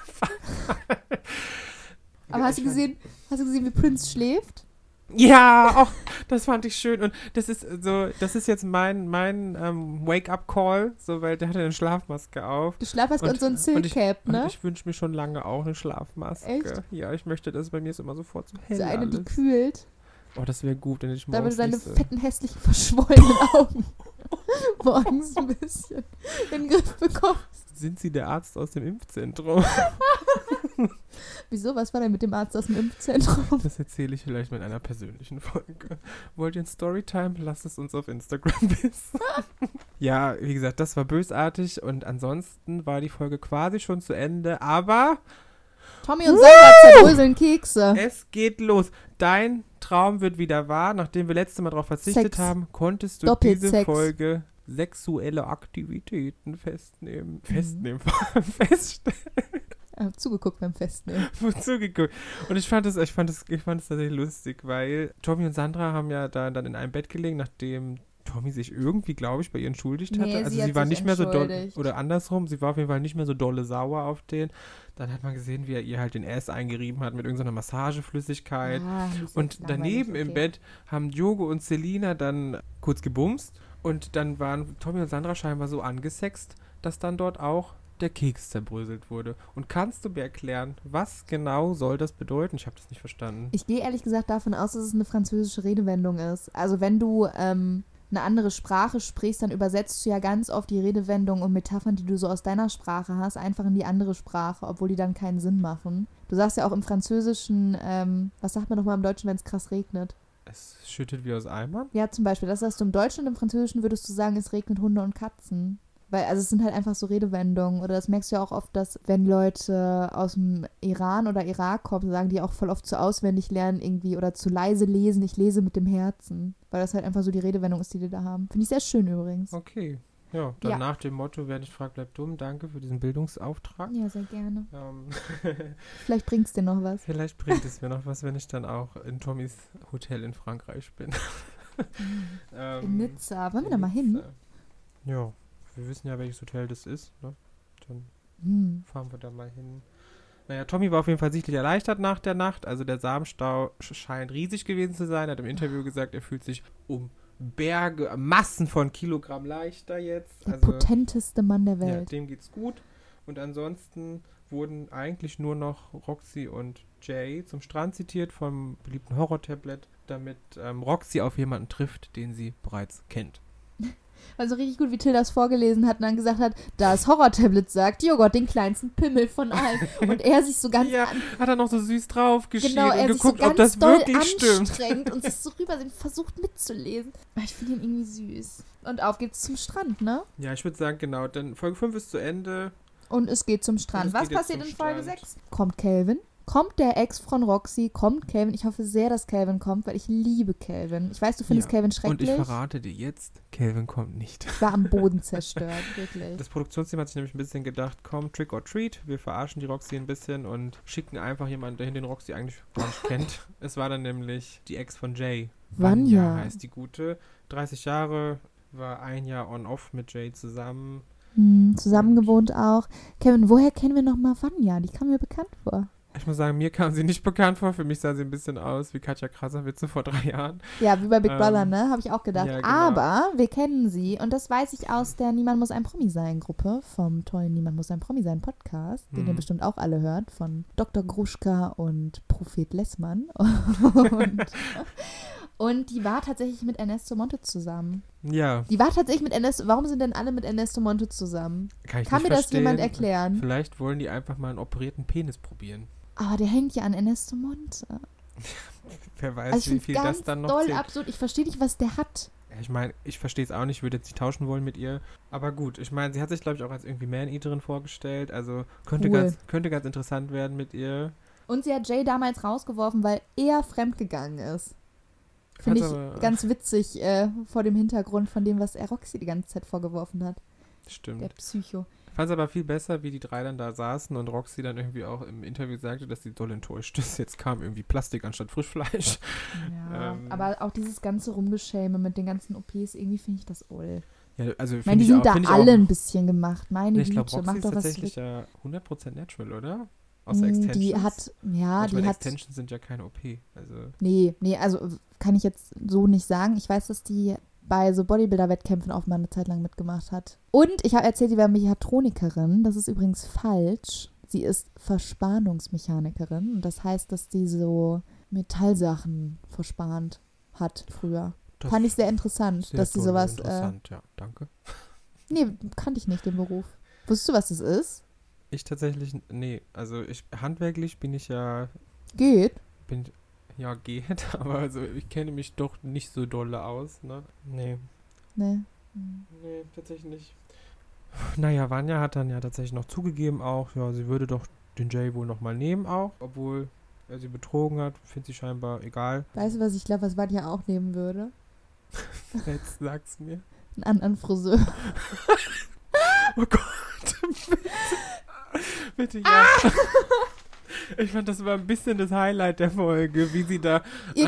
Aber hast du gesehen, wie Prince schläft? Ja, auch das fand ich schön. Und das ist jetzt mein Wake-up-Call, so, weil der hatte eine Schlafmaske auf. Die Schlafmaske und so ein Silk-Cap, ne? Und ich wünsche mir schon lange auch eine Schlafmaske. Echt? Ja, ich möchte das, bei mir ist immer sofort so hell So eine, alles. die kühlt. Oh, das wäre gut, wenn ich Damit morgens deine nicht so fetten, hässlichen, verschwollenen Augen morgens ein bisschen in den Griff bekommst. Sind Sie der Arzt aus dem Impfzentrum? Wieso? Was war denn mit dem Arzt aus dem Impfzentrum? Das erzähle ich vielleicht mal in einer persönlichen Folge. Wollt ihr ein Storytime? Lasst es uns auf Instagram wissen. Ja, wie gesagt, das war bösartig und ansonsten war die Folge quasi schon zu Ende, aber Tommy und Sandra zerbröseln Kekse. Es geht los. Dein Traum wird wieder wahr. Nachdem wir letztes Mal darauf verzichtet haben, konntest du diese Folge sexuelle Aktivitäten feststellen. Ich habe zugeguckt beim Festnehmen. Zugeguckt. Und ich fand es tatsächlich lustig, weil Tommy und Sandra haben ja dann in einem Bett gelegen, nachdem Tommy sich irgendwie, glaube ich, bei ihr entschuldigt hatte. Nee, also sie war nicht mehr so doll, oder andersrum, sie war auf jeden Fall nicht mehr so dolle sauer auf den. Dann hat man gesehen, wie er ihr halt den Ass eingerieben hat mit irgendeiner Massageflüssigkeit. Und daneben im Bett haben Diogo und Selina dann kurz gebumst und dann waren Tommy und Sandra scheinbar so angesext, dass dann dort auch der Keks zerbröselt wurde. Und kannst du mir erklären, was genau soll das bedeuten? Ich habe das nicht verstanden. Ich gehe ehrlich gesagt davon aus, dass es eine französische Redewendung ist. Also wenn du eine andere Sprache sprichst, dann übersetzt du ja ganz oft die Redewendungen und Metaphern, die du so aus deiner Sprache hast, einfach in die andere Sprache, obwohl die dann keinen Sinn machen. Du sagst ja auch im Französischen, was sagt man nochmal im Deutschen, wenn es krass regnet? Es schüttet wie aus Eimern. Ja, zum Beispiel, das sagst du im Deutschen und im Französischen würdest du sagen, es regnet Hunde und Katzen. Weil, also es sind halt einfach so Redewendungen. Oder das merkst du ja auch oft, dass wenn Leute aus dem Iran oder Irak kommen, sagen die auch voll oft zu auswendig lernen irgendwie oder zu leise lesen. Ich lese mit dem Herzen. Weil das halt einfach so die Redewendung ist, die die da haben. Finde ich sehr schön übrigens. Okay. Ja, dann nach dem Motto, wer nicht fragt, bleibt dumm. Danke für diesen Bildungsauftrag. Ja, sehr gerne. Vielleicht bringt es dir noch was. Vielleicht bringt es mir noch was, wenn ich dann auch in Tommys Hotel in Frankreich bin. In Nizza. Wollen wir da mal hin? Ja, wir wissen ja, welches Hotel das ist. Ne? Dann fahren wir da mal hin. Naja, Tommy war auf jeden Fall sichtlich erleichtert nach der Nacht. Also der Samenstau scheint riesig gewesen zu sein. Er hat im Interview gesagt, er fühlt sich Berge, Massen von Kilogramm leichter jetzt. Der potenteste Mann der Welt. Ja, dem geht's gut. Und ansonsten wurden eigentlich nur noch Roxy und Jay zum Strand zitiert vom beliebten Horror-Tablet, damit Roxy auf jemanden trifft, den sie bereits kennt. Also richtig gut, wie Till das vorgelesen hat und dann gesagt hat, das Horror-Tablet sagt, Joghurt, den kleinsten Pimmel von allen. Und er sich so ganz hat er noch so süß draufgeschrieben und geguckt, so ob das wirklich stimmt. Und sich so rüber versucht mitzulesen. Ich finde ihn irgendwie süß. Und auf geht's zum Strand, ne? Ja, ich würde sagen, genau, denn Folge 5 ist zu Ende. Und es geht zum Strand. Was passiert in Folge 6? Kommt Calvin? Kommt der Ex von Roxy? Kommt Calvin? Ich hoffe sehr, dass Calvin kommt, weil ich liebe Calvin. Ich weiß, du findest Calvin schrecklich. Und ich verrate dir jetzt, Calvin kommt nicht. Ich war am Boden zerstört, wirklich. Das Produktionsteam hat sich nämlich ein bisschen gedacht, komm, Trick or Treat, wir verarschen die Roxy ein bisschen und schicken einfach jemanden dahin, den Roxy eigentlich gar nicht kennt. Es war dann nämlich die Ex von Jay. Vanya heißt die Gute. 30 Jahre, war ein Jahr on-off mit Jay zusammen. Zusammen gewohnt auch. Kevin, woher kennen wir nochmal Vanya? Die kam mir bekannt vor. Ich muss sagen, mir kam sie nicht bekannt vor. Für mich sah sie ein bisschen aus wie Katja Krasavice vor 3 Jahren. Ja, wie bei Big Brother, ne? Habe ich auch gedacht. Ja, genau. Aber wir kennen sie und das weiß ich aus der Niemand muss ein Promi sein Gruppe vom tollen Niemand muss ein Promi sein Podcast, den ihr bestimmt auch alle hört, von Dr. Gruschka und Prophet Lessmann. Und die war tatsächlich mit Ernesto Monte zusammen. Ja. Die war tatsächlich mit Ernesto. Warum sind denn alle mit Ernesto Monte zusammen? Kann mir das jemand erklären? Vielleicht wollen die einfach mal einen operierten Penis probieren. Aber der hängt ja an Ernesto Monte. Wer weiß, wie viel das dann noch doll zählt. Absurd. Ich verstehe nicht, was der hat. Ich meine, ich verstehe es auch nicht. Ich würde jetzt nicht tauschen wollen mit ihr. Aber gut, ich meine, sie hat sich, glaube ich, auch als irgendwie Man-Eaterin vorgestellt. Also könnte ganz interessant werden mit ihr. Und sie hat Jay damals rausgeworfen, weil er fremdgegangen ist. Finde ich ganz witzig vor dem Hintergrund von dem, was er Roxy die ganze Zeit vorgeworfen hat. Stimmt. Der Psycho. Ich fand es aber viel besser, wie die 3 dann da saßen und Roxy dann irgendwie auch im Interview sagte, dass sie doll enttäuscht ist. Jetzt kam irgendwie Plastik anstatt Frischfleisch. Ja, aber auch dieses ganze Rumgeschäme mit den ganzen OPs, irgendwie finde ich das oll. Ja, also ich meine, die sind da alle ein bisschen gemacht. Meine Güte, ich glaube, Roxy ist tatsächlich ja 100% natural, oder? Außer Extensions. Die hat, Extensions sind ja keine OP. Also Nee, also kann ich jetzt so nicht sagen. Ich weiß, dass die bei so Bodybuilder-Wettkämpfen auch mal eine Zeit lang mitgemacht hat. Und ich habe erzählt, sie wäre Mechatronikerin. Das ist übrigens falsch. Sie ist Verspannungsmechanikerin. Und das heißt, dass die so Metallsachen verspannt hat früher. Das fand ich sehr interessant, dass sie sowas... Interessant, ja, danke. Nee, kannte ich nicht, den Beruf. Wusstest du, was das ist? Ich tatsächlich, nee. Also handwerklich bin ich ja... Geht, aber also ich kenne mich doch nicht so dolle aus, ne? Nee, tatsächlich nicht. Naja, Vanya hat dann ja tatsächlich noch zugegeben auch, ja, sie würde doch den Jay wohl nochmal nehmen auch, obwohl er sie betrogen hat, findet sie scheinbar egal. Weißt du, was ich glaube, was Vanya auch nehmen würde? Jetzt sag's mir. Einen anderen Friseur. Oh Gott, bitte ja. Ich fand, das war ein bisschen das Highlight der Folge, wie sie da,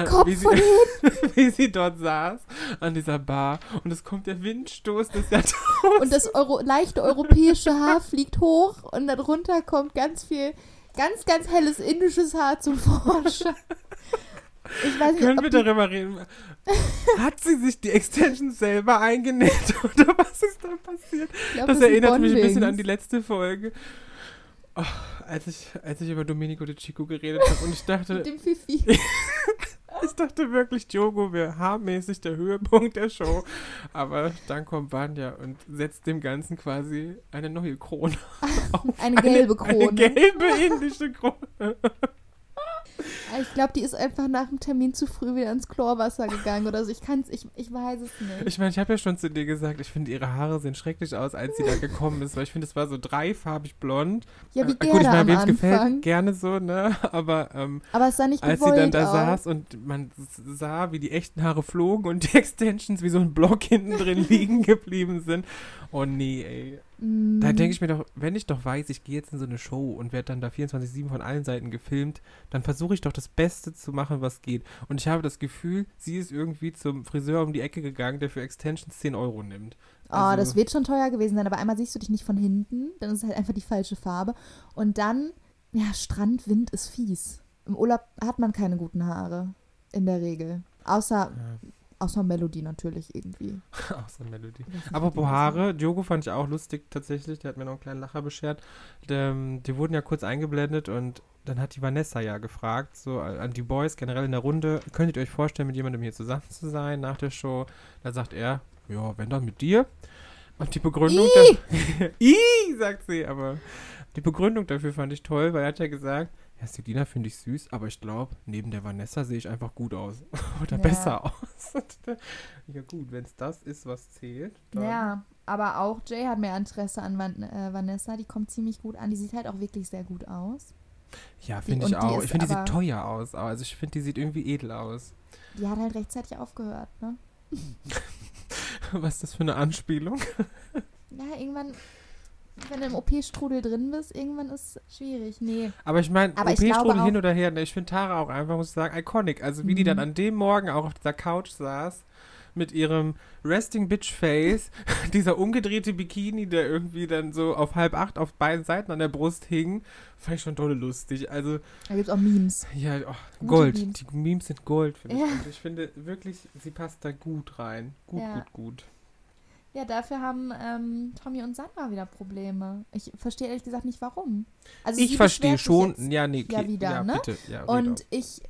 wie sie dort saß an dieser Bar und es kommt der Windstoß des Jahrtausends. Und das leichte europäische Haar fliegt hoch und darunter kommt ganz viel, ganz, ganz helles indisches Haar zum Vorschein. Ich weiß nicht, können wir darüber reden? Hat sie sich die Extensions selber eingenäht oder was ist da passiert? Das erinnert mich ein bisschen an die letzte Folge. Oh, als ich über Domenico De Chico geredet habe und ich dachte... Mit dem Fifi. Ich dachte wirklich, Diogo wäre haarmäßig der Höhepunkt der Show. Aber dann kommt Vanya und setzt dem Ganzen quasi eine neue Krone auf. Eine gelbe Krone. Eine gelbe indische Krone. Ich glaube, die ist einfach nach dem Termin zu früh wieder ins Chlorwasser gegangen oder so. Ich weiß es nicht. Ich meine, ich habe ja schon zu dir gesagt, ich finde, ihre Haare sehen schrecklich aus, als sie da gekommen ist, weil ich finde, es war so dreifarbig blond. Ja, wie Gut, ich Gerda meine, am wem es Anfang. gefällt, gerne so, ne? Aber es sah nicht als gewollt sie dann da aus. saß und man sah, wie die echten Haare flogen und die Extensions wie so ein Block hinten drin liegen geblieben sind. Oh nee, ey. Da denke ich mir doch, wenn ich doch weiß, ich gehe jetzt in so eine Show und werde dann da 24/7 von allen Seiten gefilmt, dann versuche ich doch das Beste zu machen, was geht. Und ich habe das Gefühl, sie ist irgendwie zum Friseur um die Ecke gegangen, der für Extensions 10 Euro nimmt. Oh, das wird schon teuer gewesen sein, aber einmal siehst du dich nicht von hinten, dann ist es halt einfach die falsche Farbe. Und dann, ja, Strandwind ist fies. Im Urlaub hat man keine guten Haare, in der Regel. Außer Melody natürlich irgendwie. Außer Melody. Apropos Haare, Diogo fand ich auch lustig tatsächlich, der hat mir noch einen kleinen Lacher beschert. Die wurden ja kurz eingeblendet und dann hat die Vanessa ja gefragt, so an die Boys generell in der Runde, könntet ihr euch vorstellen, mit jemandem hier zusammen zu sein nach der Show? Da sagt er, ja, wenn dann mit dir. Und die Begründung, sagt sie, aber die Begründung dafür fand ich toll, weil er hat ja gesagt, ja, Selina finde ich süß, aber ich glaube, neben der Vanessa sehe ich einfach gut aus. Oder besser aus. Ja gut, wenn es das ist, was zählt. Dann. Ja, aber auch Jay hat mehr Interesse an Vanessa, die kommt ziemlich gut an, die sieht halt auch wirklich sehr gut aus. Ja, finde ich auch. Ich finde, die sieht teuer aus. Also ich finde, die sieht irgendwie edel aus. Die hat halt rechtzeitig aufgehört, ne? Was ist das für eine Anspielung? Ja, irgendwann, wenn du im OP-Strudel drin bist, irgendwann ist es schwierig. Nee. Aber ich meine, OP-Strudel hin oder her, ne, ich finde Tara auch einfach, muss ich sagen, iconic. Also wie die dann an dem Morgen auch auf dieser Couch saß, mit ihrem Resting Bitch Face, dieser umgedrehte Bikini, der irgendwie dann so auf 7:30 auf beiden Seiten an der Brust hing, fand ich schon dolle lustig. Also, da gibt es auch Memes. Ja, Gold. Memes. Die Memes sind Gold, finde ich. Und ich finde wirklich, sie passt da gut rein. Gut. Ja, dafür haben Tommy und Sandra wieder Probleme. Ich verstehe ehrlich gesagt nicht, warum. Also ich verstehe schon. Ja, nee, okay. Ja, wieder, ja, ne? Bitte. Ja, und ich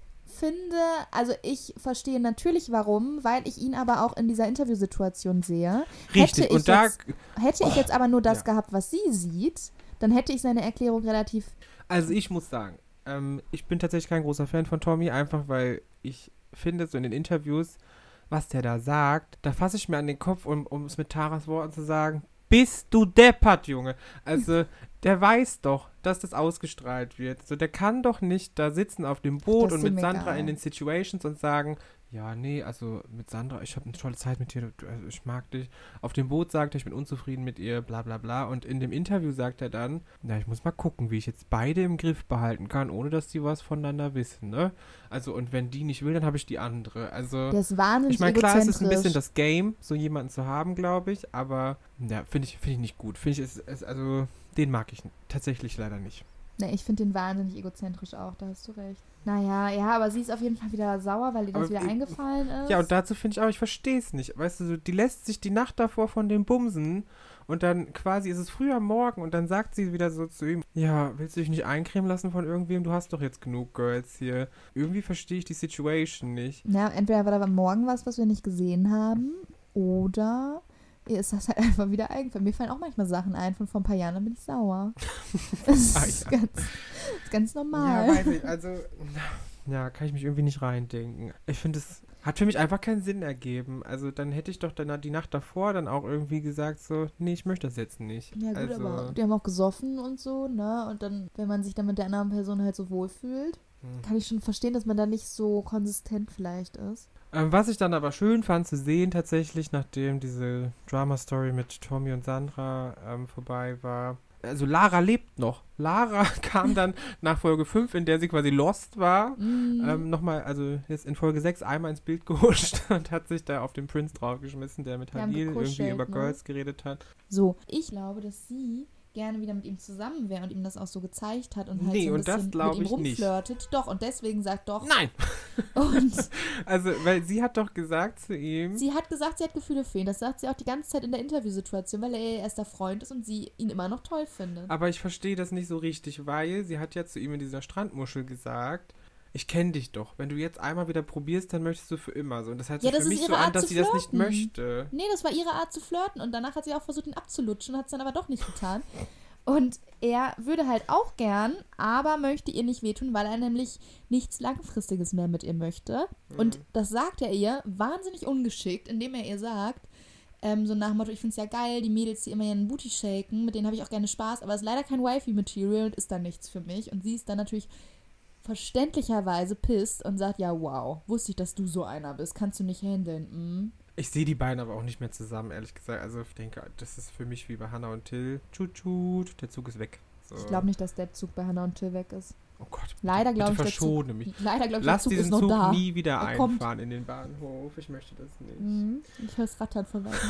ich verstehe natürlich warum, weil ich ihn aber auch in dieser Interviewsituation sehe. Richtig, Hätte ich jetzt aber nur das gehabt, was sie sieht, dann hätte ich seine Erklärung relativ... Also ich muss sagen, ich bin tatsächlich kein großer Fan von Tommy, einfach weil ich finde, so in den Interviews, was der da sagt, da fasse ich mir an den Kopf, um es mit Taras Worten zu sagen, bist du deppert, Junge. Also, der weiß doch, dass das ausgestrahlt wird. So, der kann doch nicht da sitzen auf dem Boot und mit Sandra in den Situations und sagen, ja, nee, also mit Sandra, ich habe eine tolle Zeit mit dir, also ich mag dich. Auf dem Boot sagt er, ich bin unzufrieden mit ihr, bla bla bla. Und in dem Interview sagt er dann, na, ich muss mal gucken, wie ich jetzt beide im Griff behalten kann, ohne dass die was voneinander wissen, ne? Also, und wenn die nicht will, dann habe ich die andere. Also, der ist wahnsinnig ich meine, klar, es ist ein bisschen das Game, so jemanden zu haben, glaube ich, aber ja, finde ich nicht gut. Finde ich, also, den mag ich tatsächlich leider nicht. Ne, ich finde den wahnsinnig egozentrisch auch, da hast du recht. Naja, ja, aber sie ist auf jeden Fall wieder sauer, weil ihr das wieder eingefallen ist. Ja, und dazu finde ich auch, ich verstehe es nicht. Weißt du, die lässt sich die Nacht davor von dem bumsen und dann quasi ist es früh am Morgen und dann sagt sie wieder so zu ihm, ja, willst du dich nicht eincremen lassen von irgendwem? Du hast doch jetzt genug Girls hier. Irgendwie verstehe ich die Situation nicht. Ja, entweder war da am Morgen was wir nicht gesehen haben, oder... ist das halt einfach wieder eingefallen. Mir fallen auch manchmal Sachen ein von vor ein paar Jahren, dann bin ich sauer. Das ist ganz normal. Ja, weiß ich, also, ja, kann ich mich irgendwie nicht reindenken. Ich finde, es hat für mich einfach keinen Sinn ergeben. Also, dann hätte ich doch dann die Nacht davor dann auch irgendwie gesagt so, nee, ich möchte das jetzt nicht. Ja gut, also, aber die haben auch gesoffen und so, ne? Und dann, wenn man sich dann mit der anderen Person halt so wohlfühlt, kann ich schon verstehen, dass man da nicht so konsistent vielleicht ist. Was ich dann aber schön fand zu sehen tatsächlich, nachdem diese Drama-Story mit Tommy und Sandra vorbei war, also Lara lebt noch. Lara kam dann nach Folge 5, in der sie quasi lost war, nochmal, also jetzt in Folge 6 einmal ins Bild gehuscht und hat sich da auf den Prince draufgeschmissen, der mit Halil irgendwie über Girls geredet hat. So, ich glaube, dass sie gerne wieder mit ihm zusammen wäre und ihm das auch so gezeigt hat und halt so ein bisschen mit ihm rumflirtet. Nicht. Doch, und deswegen sagt doch... Nein! Und also, weil sie hat doch gesagt zu ihm... Sie hat gesagt, sie hat Gefühle für ihn. Das sagt sie auch die ganze Zeit in der Interviewsituation, weil er ihr erster Freund ist und sie ihn immer noch toll findet. Aber ich verstehe das nicht so richtig, weil sie hat ja zu ihm in dieser Strandmuschel gesagt... Ich kenne dich doch. Wenn du jetzt einmal wieder probierst, dann möchtest du für immer so. Und das hört sich für mich so an, dass sie das nicht möchte. Nee, das war ihre Art zu flirten. Und danach hat sie auch versucht, ihn abzulutschen, hat es dann aber doch nicht getan. Und er würde halt auch gern, aber möchte ihr nicht wehtun, weil er nämlich nichts Langfristiges mehr mit ihr möchte. Und das sagt er ihr wahnsinnig ungeschickt, indem er ihr sagt, so nach dem Motto, ich find's ja geil, die Mädels, die immer ihren Booty shaken, mit denen habe ich auch gerne Spaß, aber es ist leider kein Wifey-Material und ist dann nichts für mich. Und sie ist dann natürlich verständlicherweise pisst und sagt, ja, wow, wusste ich, dass du so einer bist, kannst du nicht handeln. Ich sehe die beiden aber auch nicht mehr zusammen, ehrlich gesagt. Also ich denke, das ist für mich wie bei Hannah und Till. Tschut, der Zug ist weg. So. Ich glaube nicht, dass der Zug bei Hannah und Till weg ist. Oh Gott, leider glaube ich, verschone mich. Leider glaube ich, Lass der Zug diesen ist noch Zug da. nie wieder Er einfahren kommt. in den Bahnhof. Ich möchte das nicht. Ich höre es rattern von weitem.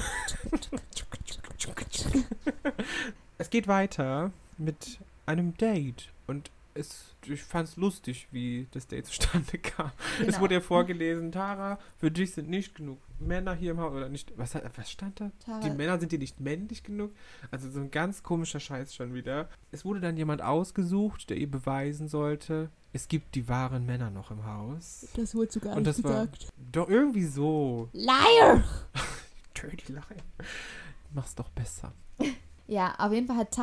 Es geht weiter mit einem Date und ich fand es lustig, wie das Date zustande kam. Genau. Es wurde ja vorgelesen, Tara, für dich sind nicht genug Männer hier im Haus, oder nicht, was stand da? Tara, Die Männer sind dir nicht männlich genug? Also so ein ganz komischer Scheiß schon wieder. Es wurde dann jemand ausgesucht, der ihr beweisen sollte, es gibt die wahren Männer noch im Haus. das wurde sogar Und nicht das war gesagt. doch irgendwie so. Liar! Dirty Lie. Mach's doch besser. Ja, auf jeden Fall hat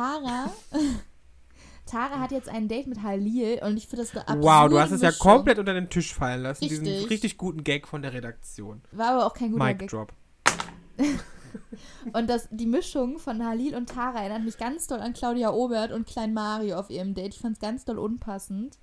Tara hat jetzt ein Date mit Halil und ich finde das eine absurde Wow, du hast es ja Mischung. komplett unter den Tisch fallen lassen. Richtig. Diesen richtig guten Gag von der Redaktion. War aber auch kein guter Mic Gag. Drop. Und die Mischung von Halil und Tara erinnert mich ganz doll an Claudia Obert und Klein Mario auf ihrem Date. Ich fand es ganz doll unpassend.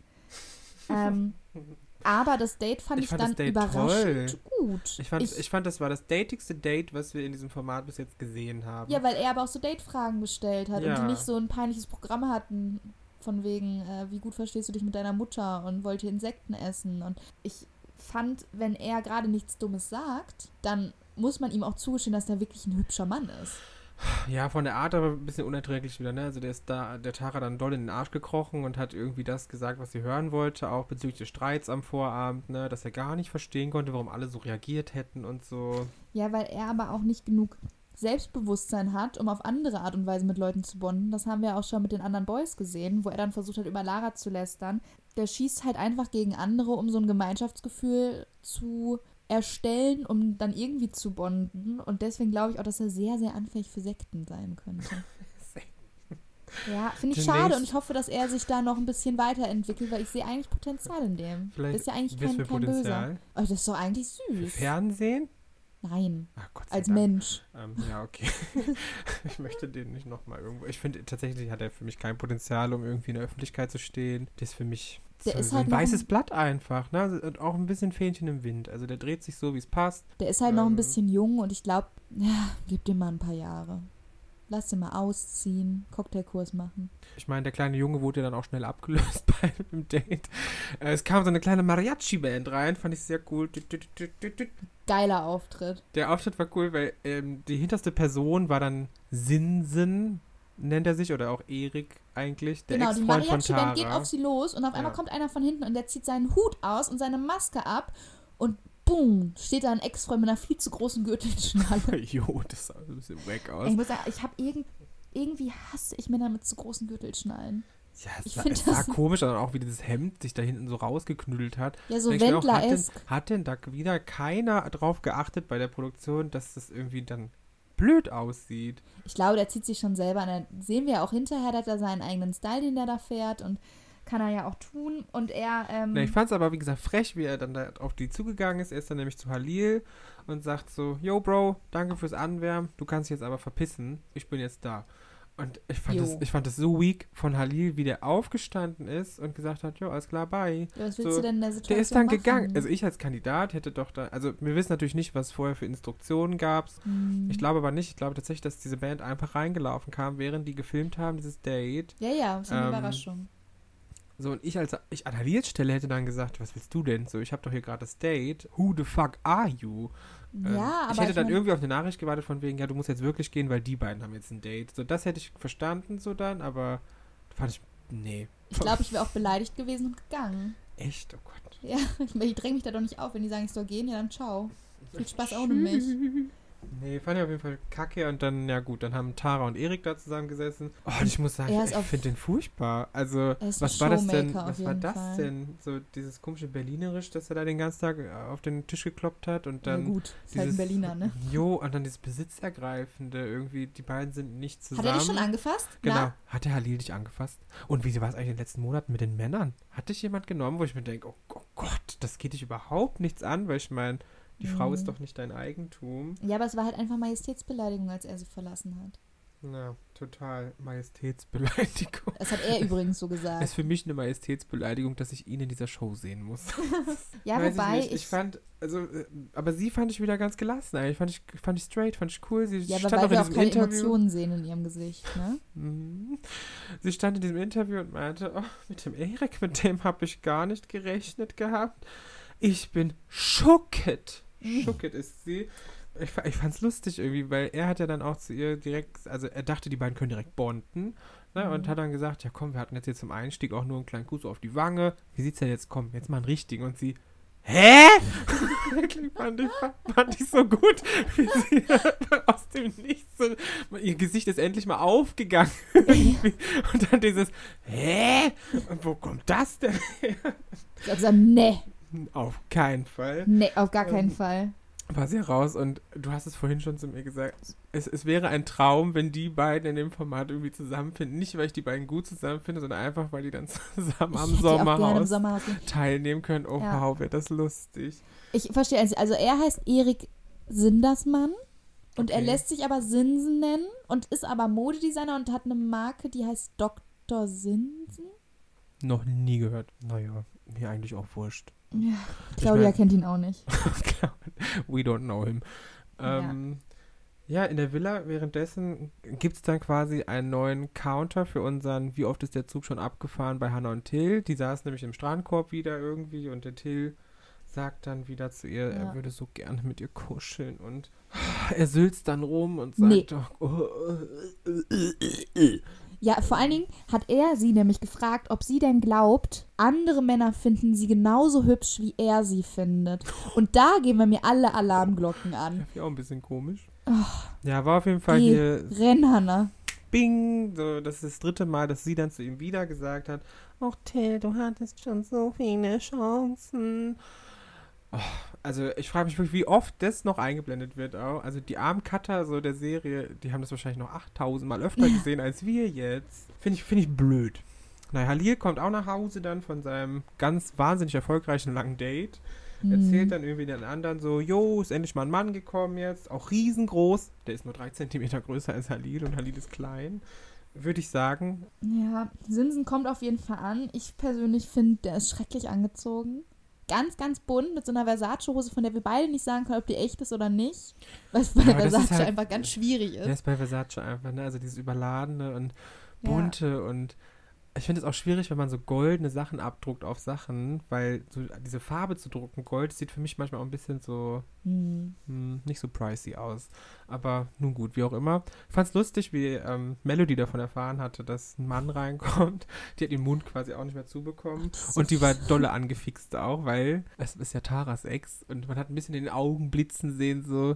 Aber das Date fand ich fand dann das Date überraschend gut. Ich fand, das war das datigste Date, was wir in diesem Format bis jetzt gesehen haben. Ja, weil er aber auch so Date-Fragen gestellt hat Ja. und die nicht so ein peinliches Programm hatten, von wegen, wie gut verstehst du dich mit deiner Mutter und wollt ihr Insekten essen. Und ich fand, wenn er gerade nichts Dummes sagt, dann muss man ihm auch zugestehen, dass er wirklich ein hübscher Mann ist. Ja, von der Art aber ein bisschen unerträglich wieder, ne? Also der ist da, der Tara dann doll in den Arsch gekrochen und hat irgendwie das gesagt, was sie hören wollte, auch bezüglich des Streits am Vorabend, ne? Dass er gar nicht verstehen konnte, warum alle so reagiert hätten und so. Ja, weil er aber auch nicht genug Selbstbewusstsein hat, um auf andere Art und Weise mit Leuten zu bonden. Das haben wir auch schon mit den anderen Boys gesehen, wo er dann versucht hat, über Lara zu lästern. Der schießt halt einfach gegen andere, um so ein Gemeinschaftsgefühl zu erstellen, um dann irgendwie zu bonden. Und deswegen glaube ich auch, dass er sehr, sehr anfällig für Sekten sein könnte. Ja, finde ich schade und ich hoffe, dass er sich da noch ein bisschen weiterentwickelt, weil ich sehe eigentlich Potenzial in dem. Vielleicht Das ist ja eigentlich was kein für Böser. Potenzial? Oh, das ist doch eigentlich süß. Fernsehen? Nein, Ach, Gott sei als Dank. Mensch. Ja, okay. Ich möchte den nicht nochmal irgendwo. Ich finde, tatsächlich hat er für mich kein Potenzial, um irgendwie in der Öffentlichkeit zu stehen. Das ist für mich Der ist so halt ein noch weißes Blatt einfach, ne? Und auch ein bisschen Fähnchen im Wind. Also der dreht sich so, wie es passt. Der ist halt noch ein bisschen jung und ich glaube, ja, gib dem mal ein paar Jahre. Lass den mal ausziehen, Cocktailkurs machen. Ich meine, der kleine Junge wurde ja dann auch schnell abgelöst bei dem Date. Es kam so eine kleine Mariachi-Band rein, fand ich sehr cool. Geiler Auftritt. Der Auftritt war cool, weil die hinterste Person war dann Sinsen, nennt er sich, oder auch Erik eigentlich, der Genau, die Ex-Freund von Mariachi-Band geht Tara. auf sie los und auf einmal Ja. kommt einer von hinten und der zieht seinen Hut aus und seine Maske ab und boom, steht da ein Ex-Freund mit einer viel zu großen Gürtelschnalle. Jo, das sah ein bisschen wack aus. Ich muss sagen, ich habe irgendwie hasse ich Männer mit zu großen Gürtelschnallen. Ja, Ich es find sah das- komisch aus, auch wie dieses Hemd sich da hinten so rausgeknüttelt hat. Ja, so Denk ich mir auch, Wendler-esk. hat denn da wieder keiner drauf geachtet bei der Produktion, dass das irgendwie dann blöd aussieht? Ich glaube, der zieht sich schon selber an. Sehen wir auch hinterher, der hat er seinen eigenen Style, den der da fährt und kann er ja auch tun. Und er, Na, ich fand es aber, wie gesagt, frech, wie er dann da auf die zugegangen ist. Er ist dann nämlich zu Halil und sagt so, yo, Bro, danke fürs Anwärmen, du kannst dich jetzt aber verpissen, ich bin jetzt da. Und ich fand das so weak von Halil, wie der aufgestanden ist und gesagt hat, jo, alles klar, bye. was willst so, du denn in der Situation Der ist dann machen? gegangen. Also ich als Kandidat hätte doch da, also wir wissen natürlich nicht, was vorher für Instruktionen gab. Ich glaube aber nicht, ich glaube tatsächlich, dass diese Band einfach reingelaufen kam, während die gefilmt haben, dieses Date. Ja, ist eine Überraschung. So, und ich an Halils Stelle hätte dann gesagt, was willst du denn? So, ich habe doch hier gerade das Date. Who the fuck are you? Ja, aber ich hätte dann mein, irgendwie auf eine Nachricht gewartet von wegen, ja, du musst jetzt wirklich gehen, weil die beiden haben jetzt ein Date. So, das hätte ich verstanden so dann, aber fand ich, nee. ich glaube, ich wäre auch beleidigt gewesen und gegangen. Echt? Oh Gott. Ja, ich dränge mich da doch nicht auf. Wenn die sagen, ich soll gehen, ja dann ciao. Viel Spaß ohne mich. Nee, fand ich auf jeden Fall kacke. Und dann, ja gut, dann haben Tara und Erik da zusammengesessen. Oh, und ich muss sagen, ich finde den furchtbar. Also, was war das denn? Was war das denn? So dieses komische Berlinerisch, das er da den ganzen Tag auf den Tisch gekloppt hat. Und dann ja gut, ist halt ein Berliner, ne? Jo, und dann dieses Besitzergreifende. Irgendwie, die beiden sind nicht zusammen. Hat er dich schon angefasst? Genau. Na? Hat der Halil dich angefasst? Und wie war es eigentlich in den letzten Monaten mit den Männern? Hat dich jemand genommen, wo ich mir denke, oh Gott, das geht dich überhaupt nichts an, weil ich meine, die Frau ist doch nicht dein Eigentum. Ja, aber es war halt einfach Majestätsbeleidigung, als er sie verlassen hat. Ja, total Majestätsbeleidigung. Das hat er übrigens so gesagt. Es ist für mich eine Majestätsbeleidigung, dass ich ihn in dieser Show sehen muss. Ja, wobei ich fand, also, aber sie fand ich wieder ganz gelassen eigentlich. Fand ich straight, fand ich cool. Sie ja, stand aber weil wir auch auch keine Emotionen sehen in ihrem Gesicht, ne? Sie stand in diesem Interview und meinte, oh, mit dem Erik, mit dem habe ich gar nicht gerechnet gehabt. Ich bin schockiert. Schockiert ist sie. Ich fand's lustig irgendwie, weil er hat ja dann auch zu ihr direkt, also er dachte, die beiden können direkt bonden, ne, und hat dann gesagt, ja komm, wir hatten jetzt hier zum Einstieg auch nur einen kleinen Kuss auf die Wange. Wie sieht's denn jetzt? Komm, jetzt mal einen richtigen. Und sie, hä? Wirklich fand ich so gut, wie sie aus dem Nichts so, ihr Gesicht ist endlich mal aufgegangen. Und dann dieses, hä? Und wo kommt das denn her? Ich hab gesagt, ne. Auf keinen Fall. Ne, auf gar keinen Fall. War sie raus und du hast es vorhin schon zu mir gesagt, es wäre ein Traum, wenn die beiden in dem Format irgendwie zusammenfinden. Nicht, weil ich die beiden gut zusammenfinde, sondern einfach, weil die dann zusammen am Sommerhaus teilnehmen können. Oh, ja. Wow, wäre das lustig. Ich verstehe, also er heißt Erik Sindersmann und er lässt sich aber Sinsen nennen und ist aber Modedesigner und hat eine Marke, die heißt Dr. Sinsen. Noch nie gehört. Naja, mir eigentlich auch wurscht. Ja, Claudia kennt ihn auch nicht. We don't know him. Ja, in der Villa währenddessen gibt es dann quasi einen neuen Counter für unseren, wie oft ist der Zug schon abgefahren bei Hannah und Till. Die saßen nämlich im Strandkorb wieder irgendwie und der Till sagt dann wieder zu ihr, er würde so gerne mit ihr kuscheln und er sülzt dann rum und sagt doch, Ja, vor allen Dingen hat er sie nämlich gefragt, ob sie denn glaubt, andere Männer finden sie genauso hübsch, wie er sie findet. Und da gehen bei mir alle Alarmglocken an. Ja, auch ein bisschen komisch. Oh, ja, war auf jeden Fall hier... Rennhanna. Bing! So, das ist das 3. Mal, dass sie dann zu ihm wieder gesagt hat, ach Till, du hattest schon so viele Chancen. Oh, also ich frage mich wirklich, wie oft das noch eingeblendet wird auch. Also die armen Cutter so der Serie, die haben das wahrscheinlich noch 8000 Mal öfter gesehen als wir jetzt. Finde ich blöd. Naja, Halil kommt auch nach Hause dann von seinem ganz wahnsinnig erfolgreichen langen Date. Erzählt dann irgendwie den anderen so, jo, ist endlich mal ein Mann gekommen jetzt, auch riesengroß. Der ist nur 3 Zentimeter größer als Halil und Halil ist klein. Würde ich sagen. Ja, Sinsen kommt auf jeden Fall an. Ich persönlich finde, der ist schrecklich angezogen. Ganz, ganz bunt mit so einer Versace-Hose, von der wir beide nicht sagen können, ob die echt ist oder nicht. Weil es bei Versace halt einfach ganz schwierig ist. Der ist bei Versace einfach, ne? Also dieses Überladene und Bunte und ich finde es auch schwierig, wenn man so goldene Sachen abdruckt auf Sachen, weil so diese Farbe zu drucken, Gold, sieht für mich manchmal auch ein bisschen so nicht so pricey aus. Aber nun gut, wie auch immer. Ich fand es lustig, wie Melody davon erfahren hatte, dass ein Mann reinkommt. Die hat den Mund quasi auch nicht mehr zubekommen. Und die war dolle angefixt auch, weil es ist ja Taras Ex und man hat ein bisschen in den Augen blitzen sehen, so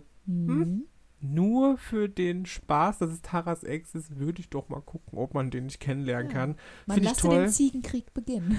nur für den Spaß, dass es Taras Ex ist, würde ich doch mal gucken, ob man den nicht kennenlernen kann. Man lasse den Ziegenkrieg beginnen.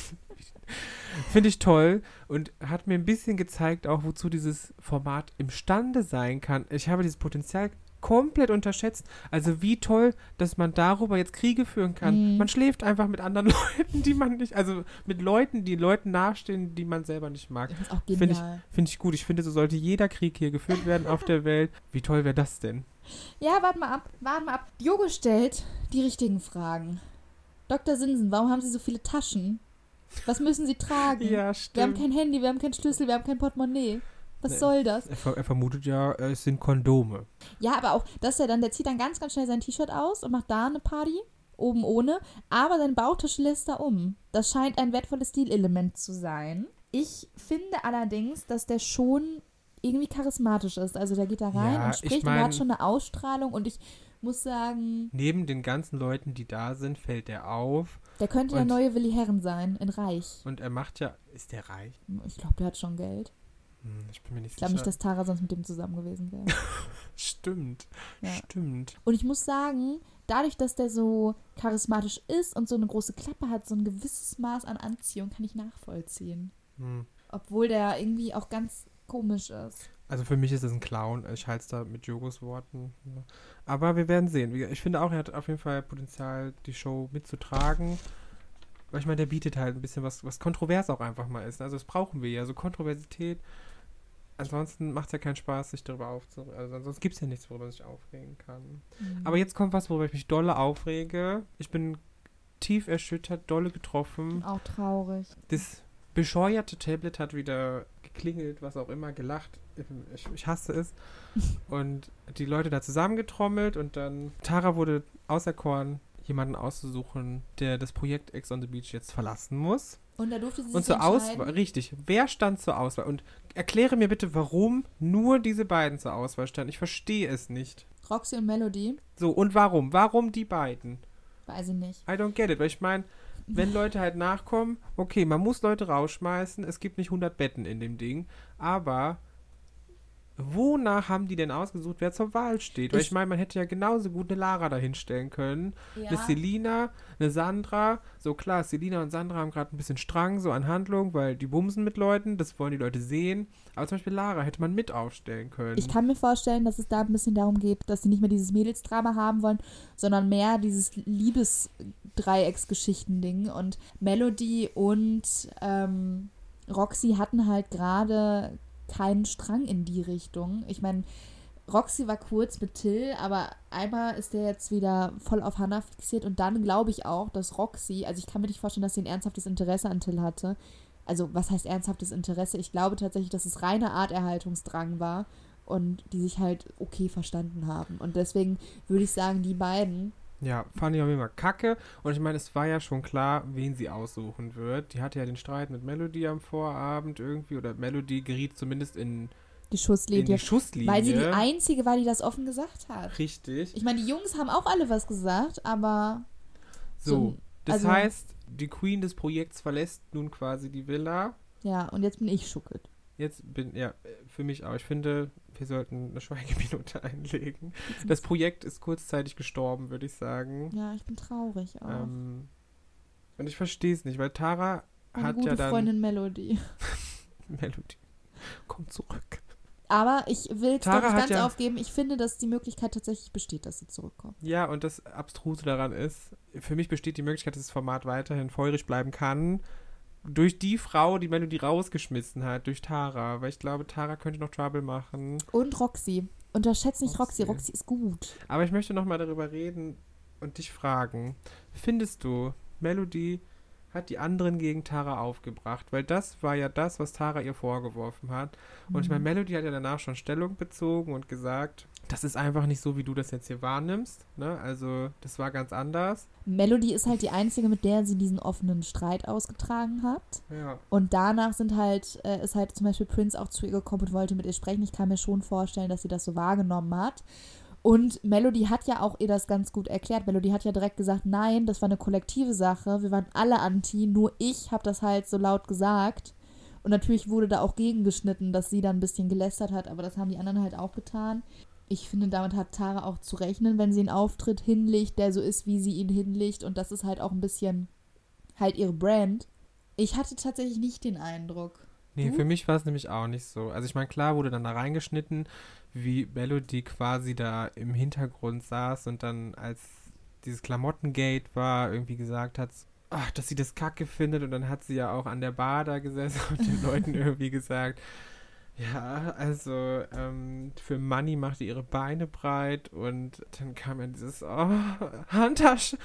Finde ich toll und hat mir ein bisschen gezeigt auch, wozu dieses Format imstande sein kann. Ich habe dieses Potenzial komplett unterschätzt. Also wie toll, dass man darüber jetzt Kriege führen kann. Man schläft einfach mit anderen Leuten, die man nicht, also mit Leuten, die Leuten nahestehen, die man selber nicht mag. Das ist auch genial. Finde ich gut. Ich finde, so sollte jeder Krieg hier geführt werden auf der Welt. Wie toll wäre das denn? Ja, warte mal ab. Jogo stellt die richtigen Fragen. Dr. Sinsen, warum haben Sie so viele Taschen? Was müssen Sie tragen? Ja, stimmt. Wir haben kein Handy, wir haben keinen Schlüssel, wir haben kein Portemonnaie. Was soll das? Er vermutet ja, es sind Kondome. Ja, aber auch, dass der zieht dann ganz, ganz schnell sein T-Shirt aus und macht da eine Party, oben ohne, aber seine Bauchtasche lässt er um. Das scheint ein wertvolles Stilelement zu sein. Ich finde allerdings, dass der schon irgendwie charismatisch ist. Also der geht da rein und spricht und hat schon eine Ausstrahlung und ich muss sagen... Neben den ganzen Leuten, die da sind, fällt er auf. Der könnte der neue Willi Herren sein, in Reich. Und er macht ja... Ist der reich? Ich glaube, der hat schon Geld. Ich bin mir nicht Ich glaube sicher. nicht, dass Tara sonst mit dem zusammen gewesen wäre. Stimmt. Ja. Stimmt. Und ich muss sagen, dadurch, dass der so charismatisch ist und so eine große Klappe hat, so ein gewisses Maß an Anziehung kann ich nachvollziehen. Obwohl der irgendwie auch ganz komisch ist. Also für mich ist es ein Clown. Ich halte es da mit Jogos Worten. Aber wir werden sehen. Ich finde auch, er hat auf jeden Fall Potenzial, die Show mitzutragen. Weil ich meine, der bietet halt ein bisschen was kontrovers auch einfach mal ist. Also das brauchen wir ja, so Kontroversität. Ansonsten macht es ja keinen Spaß, sich darüber aufzuregen. Also ansonsten gibt es ja nichts, worüber man sich aufregen kann. Aber jetzt kommt was, worüber ich mich dolle aufrege. Ich bin tief erschüttert, dolle getroffen. Auch traurig. Das bescheuerte Tablet hat wieder geklingelt, was auch immer, gelacht. Ich hasse es. Und die Leute da zusammengetrommelt und dann Tara wurde auserkoren, jemanden auszusuchen, der das Projekt Ex on the Beach jetzt verlassen muss. Und da durfte sie sich Und zur entscheiden. Auswahl, richtig, wer stand zur Auswahl? Und erkläre mir bitte, warum nur diese beiden zur Auswahl standen. Ich verstehe es nicht. Roxy und Melody, So, und warum? Warum die beiden? weiß ich nicht. I don't get it, weil ich meine, wenn Leute halt nachkommen, okay, man muss Leute rausschmeißen, es gibt nicht 100 Betten in dem Ding, aber wonach haben die denn ausgesucht, wer zur Wahl steht? Weil ich meine, man hätte ja genauso gut eine Lara dahinstellen können, eine Selina, eine Sandra. So klar, Selina und Sandra haben gerade ein bisschen Strang so an Handlung, weil die bumsen mit Leuten, das wollen die Leute sehen. Aber zum Beispiel Lara hätte man mit aufstellen können. Ich kann mir vorstellen, dass es da ein bisschen darum geht, dass sie nicht mehr dieses Mädelsdrama haben wollen, sondern mehr dieses Liebesdreiecksgeschichten-Ding. Und Melody und Roxy hatten halt gerade keinen Strang in die Richtung. Ich meine, Roxy war kurz mit Till, aber einmal ist der jetzt wieder voll auf Hannah fixiert und dann glaube ich auch, dass Roxy, also ich kann mir nicht vorstellen, dass sie ein ernsthaftes Interesse an Till hatte. Also, was heißt ernsthaftes Interesse? Ich glaube tatsächlich, dass es reine Arterhaltungsdrang war und die sich halt okay verstanden haben. Und deswegen würde ich sagen, die beiden. Ja, fand ich auf jeden Fall kacke. Und ich meine, es war ja schon klar, wen sie aussuchen wird. Die hatte ja den Streit mit Melody am Vorabend irgendwie. Oder Melody geriet zumindest in Die Schusslinie. die Schusslinie. Weil sie die Einzige war, die das offen gesagt hat. Richtig. Ich meine, die Jungs haben auch alle was gesagt, aber So, das also- heißt, die Queen des Projekts verlässt nun quasi die Villa. ja, und jetzt bin ich Schucket. Für mich auch. Ich finde, wir sollten eine Schweigeminute einlegen. Das Projekt ist kurzzeitig gestorben, würde ich sagen. Ja, ich bin traurig auch. Und ich verstehe es nicht, weil Tara Meine hat gute ja dann Freundin Melody. Melody. Komm zurück. Aber ich will es Tara doch nicht hat ganz ja- aufgeben. Ich finde, dass die Möglichkeit tatsächlich besteht, dass sie zurückkommt. Ja, und das Abstruse daran ist, für mich besteht die Möglichkeit, dass das Format weiterhin feurig bleiben kann, durch die Frau, die Melody rausgeschmissen hat, durch Tara. Weil ich glaube, Tara könnte noch Trouble machen. Und Roxy. Unterschätzt nicht Roxy. Roxy. Roxy ist gut. Aber ich möchte noch mal darüber reden und dich fragen. Findest du, Melody hat die anderen gegen Tara aufgebracht? Weil das war ja das, was Tara ihr vorgeworfen hat. Und ich meine, Melody hat ja danach schon Stellung bezogen und gesagt, das ist einfach nicht so, wie du das jetzt hier wahrnimmst. Ne? Also, das war ganz anders. Melody ist halt die Einzige, mit der sie diesen offenen Streit ausgetragen hat. Ja. Und danach ist halt zum Beispiel Prince auch zu ihr gekommen und wollte mit ihr sprechen. Ich kann mir schon vorstellen, dass sie das so wahrgenommen hat. Und Melody hat ja auch ihr das ganz gut erklärt. Melody hat ja direkt gesagt, nein, das war eine kollektive Sache. Wir waren alle anti, nur ich habe das halt so laut gesagt. Und natürlich wurde da auch gegengeschnitten, dass sie dann ein bisschen gelästert hat, aber das haben die anderen halt auch getan. Ich finde, damit hat Tara auch zu rechnen, wenn sie einen Auftritt hinlegt, der so ist, wie sie ihn hinlegt. Und das ist halt auch ein bisschen halt ihre Brand. Ich hatte tatsächlich nicht den Eindruck. Nee, Du? für mich war es nämlich auch nicht so. Also ich meine, klar wurde dann da reingeschnitten, wie Melody quasi da im Hintergrund saß und dann, als dieses Klamottengate war, irgendwie gesagt hat, ach, dass sie das kacke findet, und dann hat sie ja auch an der Bar da gesessen und den Leuten irgendwie gesagt, ja, also für Money macht ihr ihre Beine breit, und dann kam ja dieses Handtasche,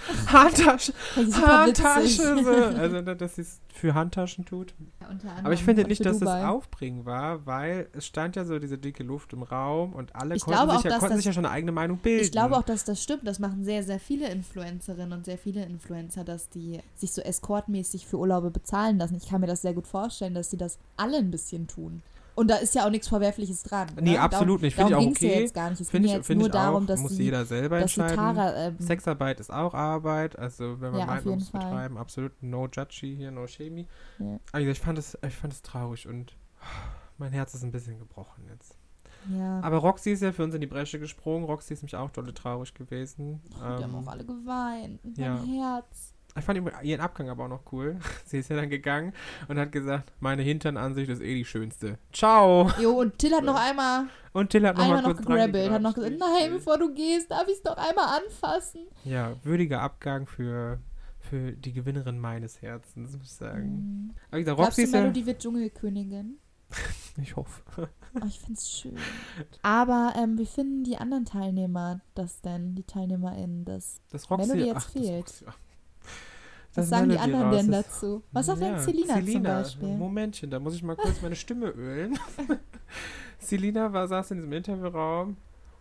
Super witzig. so. Also dass sie es für Handtaschen tut. Ja, unter anderem Aber ich finde für nicht, dass Dubai. das Aufbringen war, weil es stand ja so diese dicke Luft im Raum und alle Ich konnten, glaube sich, auch, ja, dass konnten das- sich ja schon eine eigene Meinung bilden. Ich glaube auch, dass das stimmt. Das machen sehr, sehr viele Influencerinnen und sehr viele Influencer, dass die sich so escortmäßig für Urlaube bezahlen lassen. Ich kann mir das sehr gut vorstellen, dass sie das alle ein bisschen tun. Und da ist ja auch nichts Verwerfliches dran. Nee, ne? absolut nicht. Finde ich auch Darum ging's ja okay. jetzt gar nicht. Es ging Finde ja ich, jetzt find nur ich darum, auch, dass muss sie, jeder selber dass die entscheiden. Tara... Sexarbeit ist auch Arbeit, also wenn man Ja, meint, auf man jeden muss Fall. betreiben, absolut no judgy hier, no shamey. Ja. Aber ich fand es traurig und mein Herz ist ein bisschen gebrochen jetzt. Ja. Aber Roxy ist ja für uns in die Bresche gesprungen. Roxy ist nämlich auch dolle traurig gewesen. Die haben auch alle geweint. Ja. Mein Herz. Ich fand ihren Abgang aber auch noch cool. Sie ist ja dann gegangen und hat gesagt, meine Hinternansicht ist die schönste. Ciao! Jo, und Till hat noch einmal Und Till hat noch mal kurz gegrabbelt, hat noch gesagt, nein, bevor du gehst, darf ich es noch einmal anfassen. Ja, würdiger Abgang für die Gewinnerin meines Herzens, muss ich sagen. Aber wie gesagt, Roxy ist ja... Melody wird Dschungelkönigin? Ich hoffe. Oh, ich find's schön. Aber wie finden die anderen Teilnehmer das denn, die TeilnehmerInnen, dass Roxy Melody jetzt fehlt? Das Roxy, Was sagen die anderen denn dazu? Was sagt denn Selina zum Beispiel? Momentchen, da muss ich mal kurz meine Stimme ölen. Selina saß in diesem Interviewraum.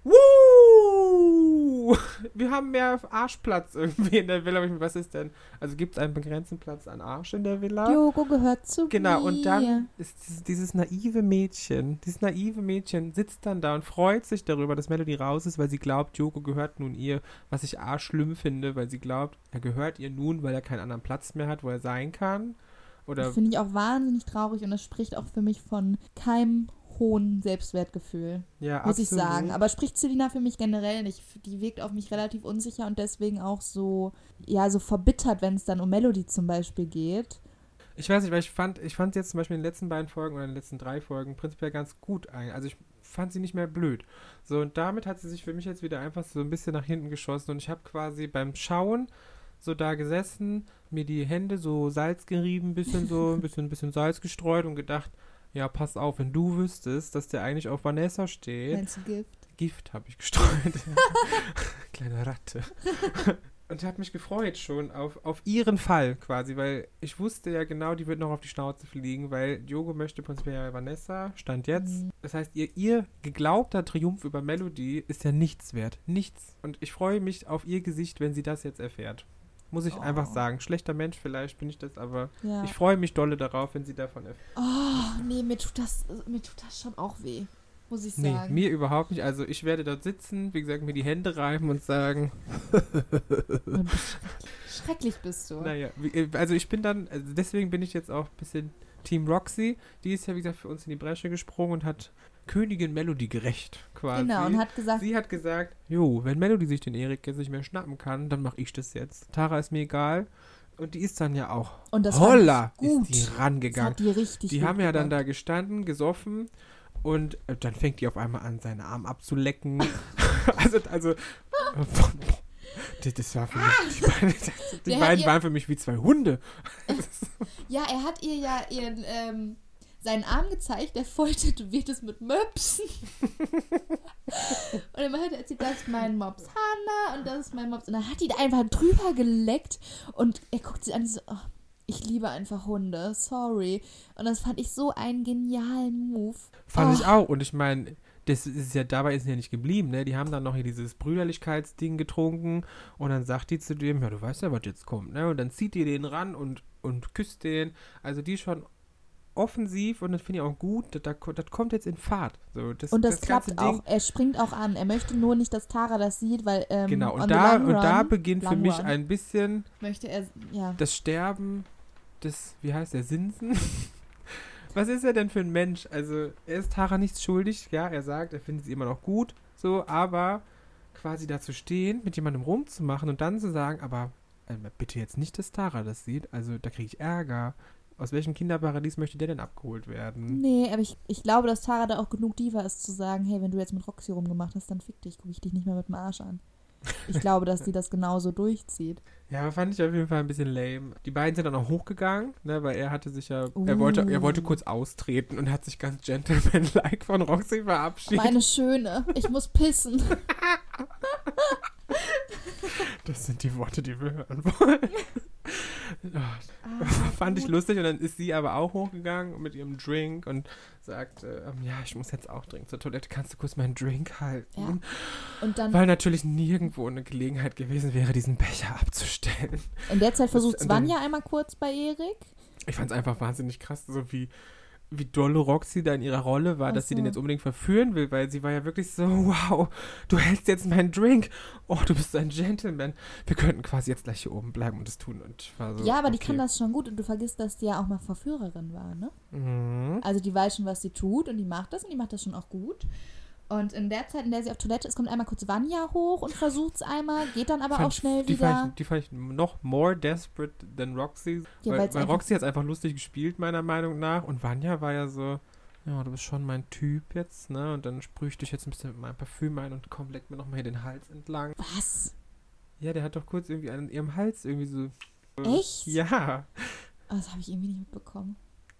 Woo! Wir haben mehr Arschplatz irgendwie in der Villa. Was ist denn? Also gibt es einen begrenzten Platz an Arsch in der Villa? Diogo gehört zu Genau, mir. und dann ist dieses naive Mädchen sitzt dann da und freut sich darüber, dass Melody raus ist, weil sie glaubt, Diogo gehört nun ihr, was ich schlimm finde, weil sie glaubt, er gehört ihr nun, weil er keinen anderen Platz mehr hat, wo er sein kann. Oder Das finde ich auch wahnsinnig traurig und das spricht auch für mich von keinem hohen Selbstwertgefühl, ja, muss ich absolut. sagen. Aber spricht Selina für mich generell nicht. Die wirkt auf mich relativ unsicher und deswegen auch so verbittert, wenn es dann um Melody zum Beispiel geht. Ich weiß nicht, weil ich fand jetzt zum Beispiel in den letzten beiden Folgen oder in den letzten 3 Folgen prinzipiell ganz gut ein. Also ich fand sie nicht mehr blöd. So, und damit hat sie sich für mich jetzt wieder einfach so ein bisschen nach hinten geschossen und ich habe quasi beim Schauen so da gesessen, mir die Hände so Salz gerieben, ein bisschen Salz gestreut und gedacht, ja, pass auf, wenn du wüsstest, dass der eigentlich auf Vanessa steht. Meinst du Gift? Gift habe ich gestreut. Kleine Ratte. Und habe mich gefreut schon auf ihren Fall quasi, weil ich wusste ja genau, die wird noch auf die Schnauze fliegen, weil Diogo möchte prinzipiell ja Vanessa, Stand jetzt. Das heißt, ihr geglaubter Triumph über Melody ist ja nichts wert. Nichts. Und ich freue mich auf ihr Gesicht, wenn sie das jetzt erfährt. Muss ich einfach sagen. Schlechter Mensch vielleicht bin ich das, aber ich freue mich dolle darauf, wenn sie davon erfährt. Oh, nee, mir tut das schon auch weh, muss ich sagen. Nee, mir überhaupt nicht. Also ich werde dort sitzen, wie gesagt, mir die Hände reiben und sagen... Schrecklich bist du. Naja, also deswegen bin ich jetzt auch ein bisschen Team Roxy. Die ist ja, wie gesagt, für uns in die Bresche gesprungen und hat Königin Melody gerecht, quasi. Genau, und hat gesagt... Sie hat gesagt, wenn Melody sich den Erik jetzt nicht mehr schnappen kann, dann mache ich das jetzt. Tara ist mir egal. Und die ist dann ja auch, und das holla, gut. ist die rangegangen. Das hat die richtig Die gut haben ja dann gemacht. da gestanden, gesoffen und dann fängt die auf einmal an, seinen Arm abzulecken. also das war für mich, die beiden waren für mich wie 2 Hunde. Ja, er hat ihr ja seinen Arm gezeigt, der voll tätowiert ist mit Möpsen. Und er hat erzählt, das ist mein Mops Hannah und das ist mein Mops. Und dann hat die da einfach drüber geleckt und er guckt sie an und so, oh, ich liebe einfach Hunde, sorry. Und das fand ich so einen genialen Move. Fand ich auch. Und ich meine, dabei ist ja nicht geblieben, ne? Die haben dann noch hier dieses Brüderlichkeitsding getrunken und dann sagt die zu dem, ja, du weißt ja, was jetzt kommt, ne? Und dann zieht die den ran und küsst den. Also die schon offensiv und das finde ich auch gut, das kommt jetzt in Fahrt. So, und das klappt auch, er springt auch an. Er möchte nur nicht, dass Tara das sieht, weil genau, und da beginnt für mich ein bisschen das Sterben des, wie heißt der, Sinsen? Was ist er denn für ein Mensch? Also, er ist Tara nichts schuldig, ja, er sagt, er findet sie immer noch gut, so, aber quasi da zu stehen, mit jemandem rumzumachen und dann zu sagen, aber bitte jetzt nicht, dass Tara das sieht, also da kriege ich Ärger. Aus welchem Kinderparadies möchte der denn abgeholt werden? Nee, aber ich glaube, dass Tara da auch genug Diva ist, zu sagen, hey, wenn du jetzt mit Roxy rumgemacht hast, dann fick dich, gucke ich dich nicht mehr mit dem Arsch an. Ich glaube, dass sie das genauso durchzieht. Ja, fand ich auf jeden Fall ein bisschen lame. Die beiden sind dann auch hochgegangen, ne, weil er hatte sich ja, er wollte kurz austreten und hat sich ganz gentleman-like von Roxy verabschiedet. Meine Schöne, ich muss pissen. Das sind die Worte, die wir hören wollen. Fand ich lustig und dann ist sie aber auch hochgegangen mit ihrem Drink und sagt, ja, ich muss jetzt auch dringend zur Toilette, kannst du kurz meinen Drink halten? Ja. Und dann, weil natürlich nirgendwo eine Gelegenheit gewesen wäre, diesen Becher abzustellen. In der Zeit versucht Svanja einmal kurz bei Erik. Ich fand es einfach wahnsinnig krass, so wie wie dolle Roxy da in ihrer Rolle war, Ach dass sie so. den jetzt unbedingt verführen will, weil sie war ja wirklich so, wow, du hältst jetzt meinen Drink. Oh, du bist ein Gentleman. Wir könnten quasi jetzt gleich hier oben bleiben und das tun. Und ich war so, Ja, aber die okay. kann das schon gut und du vergisst, dass die ja auch mal Verführerin war, ne? Mhm. Also die weiß schon, was sie tut und die macht das schon auch gut. Und in der Zeit, in der sie auf Toilette ist, kommt einmal kurz Vanya hoch und versucht es einmal, geht dann aber auch schnell Die wieder. fand ich noch more desperate than Roxy. Ja, weil weil's einfach- Roxy hat es einfach lustig gespielt, meiner Meinung nach. Und Vanya war ja so, ja, du bist schon mein Typ jetzt, ne? Und dann sprühe ich dich jetzt ein bisschen mit meinem Parfüm ein und komm, leck mir nochmal hier den Hals entlang. Was? Ja, der hat doch kurz irgendwie an ihrem Hals irgendwie so. Echt? Ja. Oh, das habe ich irgendwie nicht mitbekommen.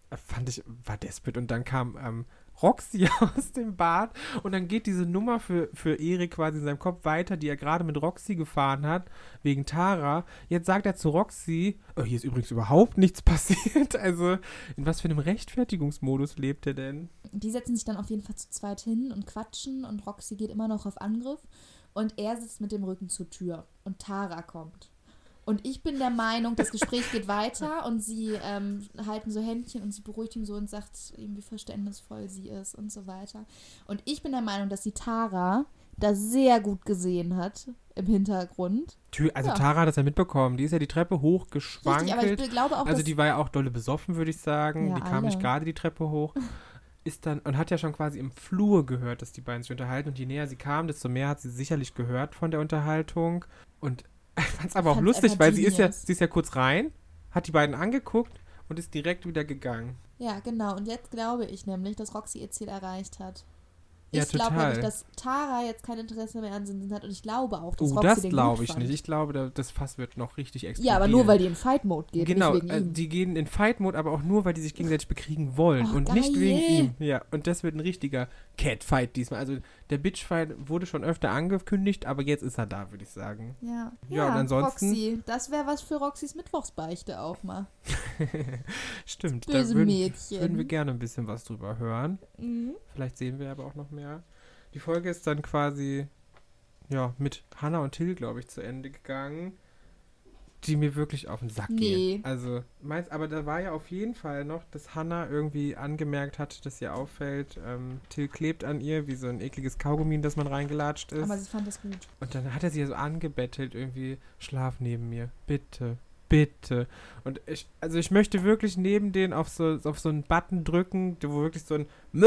War desperate. Und dann kam Roxy aus dem Bad und dann geht diese Nummer für Erik quasi in seinem Kopf weiter, die er gerade mit Roxy gefahren hat, wegen Tara. Jetzt sagt er zu Roxy, oh, hier ist übrigens überhaupt nichts passiert. Also, in was für einem Rechtfertigungsmodus lebt er denn? Die setzen sich dann auf jeden Fall zu zweit hin und quatschen und Roxy geht immer noch auf Angriff und er sitzt mit dem Rücken zur Tür und Tara kommt. Und ich bin der Meinung, das Gespräch geht weiter und sie halten so Händchen und sie beruhigt ihn so und sagt ihm, wie verständnisvoll sie ist und so weiter. Und ich bin der Meinung, dass die Tara das sehr gut gesehen hat im Hintergrund. Also Ja. Tara hat das ja mitbekommen. Die ist ja die Treppe Richtig, hochgeschwankelt. aber ich glaube auch, Also dass... die war ja auch dolle besoffen, würde ich sagen. Ja, Die kam nicht alle. gerade die Treppe hoch. Ist dann und hat ja schon quasi im Flur gehört, dass die beiden sich unterhalten. Und je näher sie kam, desto mehr hat sie sicherlich gehört von der Unterhaltung. Und ich fand es aber auch fand's lustig, einfach weil sie genius. ist ja kurz rein, hat die beiden angeguckt und ist direkt wieder gegangen. Ja, genau. Und jetzt glaube ich nämlich, dass Roxy ihr Ziel erreicht hat. Ja, Ich glaube total. nämlich, dass Tara jetzt kein Interesse mehr an Sinsen hat und ich glaube auch, dass Oh, Roxy das den glaube gut ich fand. nicht. Ich glaube, das Fass wird noch richtig explodieren. Ja, aber nur, weil die in Fight-Mode geht, Genau, nicht wegen ihm. die gehen in Fight-Mode, aber auch nur, weil die sich gegenseitig bekriegen wollen Oh, und nicht geil. wegen ihm. Ja, und das wird ein richtiger Cat-Fight diesmal. Also der Bitch-Fight wurde schon öfter angekündigt, aber jetzt ist er da, würde ich sagen. Ja, Ja, und ansonsten- Roxy, das wäre was für Roxys Mittwochsbeichte auch mal. Stimmt, Böse da Mädchen. würden wir gerne ein bisschen was drüber hören. Mhm. Vielleicht sehen wir aber auch noch mehr. Die Folge ist dann quasi ja, mit Hannah und Till, glaube ich, zu Ende gegangen, die mir wirklich auf den Sack Nee. gehen. Also, aber da war ja auf jeden Fall noch, dass Hannah irgendwie angemerkt hat, dass ihr auffällt, Till klebt an ihr, wie so ein ekliges Kaugummi, in das man reingelatscht ist. Aber sie fand das gut. Und dann hat er sie ja so angebettelt, irgendwie, schlaf neben mir, bitte, bitte. Und ich möchte wirklich neben denen auf so einen Button drücken, wo wirklich so ein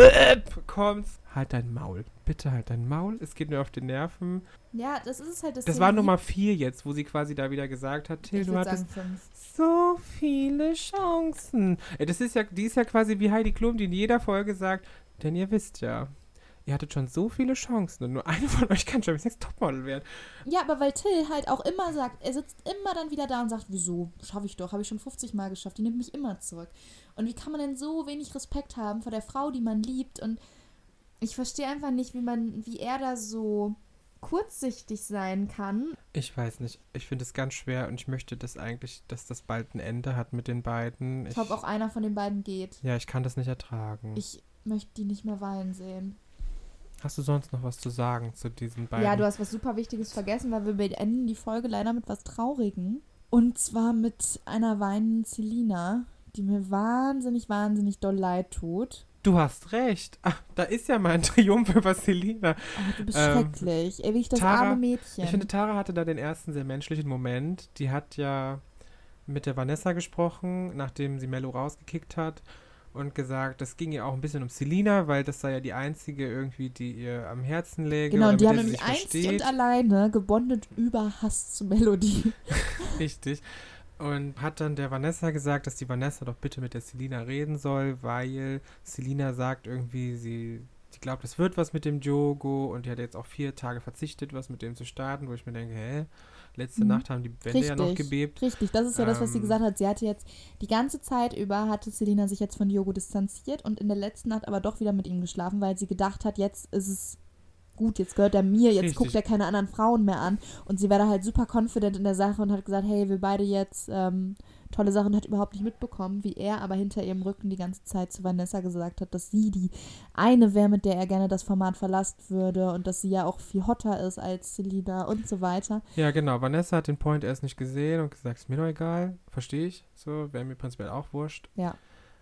Möp kommt. Halt dein Maul, bitte halt dein Maul, es geht mir auf die Nerven. Ja, das ist es halt. Das war Nummer 4 jetzt, wo sie quasi da wieder gesagt hat, Till, Ich du würde hattest sagen 5. so viele Chancen. Die ist ja quasi wie Heidi Klum, die in jeder Folge sagt, denn ihr wisst ja, ihr hattet schon so viele Chancen und nur eine von euch kann Germany's Next Topmodel werden. Ja, aber weil Till halt auch immer sagt, er sitzt immer dann wieder da und sagt, wieso? Schaffe ich doch, habe ich schon 50 Mal geschafft, die nimmt mich immer zurück. Und wie kann man denn so wenig Respekt haben vor der Frau, die man liebt? Und ich verstehe einfach nicht, wie er da so kurzsichtig sein kann. Ich weiß nicht, ich finde es ganz schwer und ich möchte das eigentlich, dass das bald ein Ende hat mit den beiden. Ich hoffe, auch einer von den beiden geht. Ja, ich kann das nicht ertragen. Ich möchte die nicht mehr weinen sehen. Hast du sonst noch was zu sagen zu diesen beiden? Ja, du hast was super Wichtiges vergessen, weil wir beenden die Folge leider mit was Traurigem. Und zwar mit einer weinenden Selina, die mir wahnsinnig, wahnsinnig doll leid tut. Du hast recht. Ach, da ist ja mein Triumph über Selina. Oh, du bist schrecklich. Ey, wie ich das Tara- arme Mädchen. Ich finde, Tara hatte da den ersten sehr menschlichen Moment. Die hat ja mit der Vanessa gesprochen, nachdem sie Mello rausgekickt hat und gesagt, das ging ihr auch ein bisschen um Selina, weil das sei ja die einzige irgendwie, die ihr am Herzen läge. Genau, oder und die mit haben der sie nämlich sich einzig versteht. und alleine gebondet über Hass zu Melodie. Richtig. Und hat dann der Vanessa gesagt, dass die Vanessa doch bitte mit der Selina reden soll, weil Selina sagt irgendwie, sie glaubt, es wird was mit dem Diogo und die hat jetzt auch 4 Tage verzichtet, was mit dem zu starten, wo ich mir denke, letzte Nacht haben die Wände ja noch gebebt. Richtig, das ist ja das, was sie Ähm, gesagt hat. Sie hatte jetzt die ganze Zeit über, hatte Selina sich jetzt von Diogo distanziert und in der letzten Nacht aber doch wieder mit ihm geschlafen, weil sie gedacht hat, jetzt ist es gut, jetzt gehört er mir, jetzt Richtig. guckt er keine anderen Frauen mehr an. Und sie war da halt super confident in der Sache und hat gesagt, hey, wir beide jetzt tolle Sachen, hat überhaupt nicht mitbekommen, wie er aber hinter ihrem Rücken die ganze Zeit zu Vanessa gesagt hat, dass sie die eine wäre, mit der er gerne das Format verlassen würde und dass sie ja auch viel hotter ist als Selina und so weiter. Ja, genau. Vanessa hat den Point erst nicht gesehen und gesagt, ist mir doch egal, verstehe ich. So, wäre mir prinzipiell auch wurscht. Ja.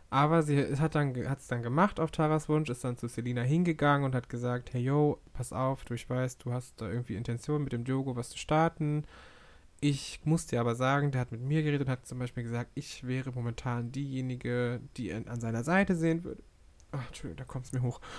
Aber sie hat es dann gemacht auf Taras Wunsch, ist dann zu Selina hingegangen und hat gesagt, hey yo, pass auf, ich weiß, du hast da irgendwie Intention mit dem Diogo was zu starten. Ich muss dir aber sagen, der hat mit mir geredet und hat zum Beispiel gesagt, ich wäre momentan diejenige, die ihn an seiner Seite sehen würde. Ach, Entschuldigung, da kommt es mir hoch.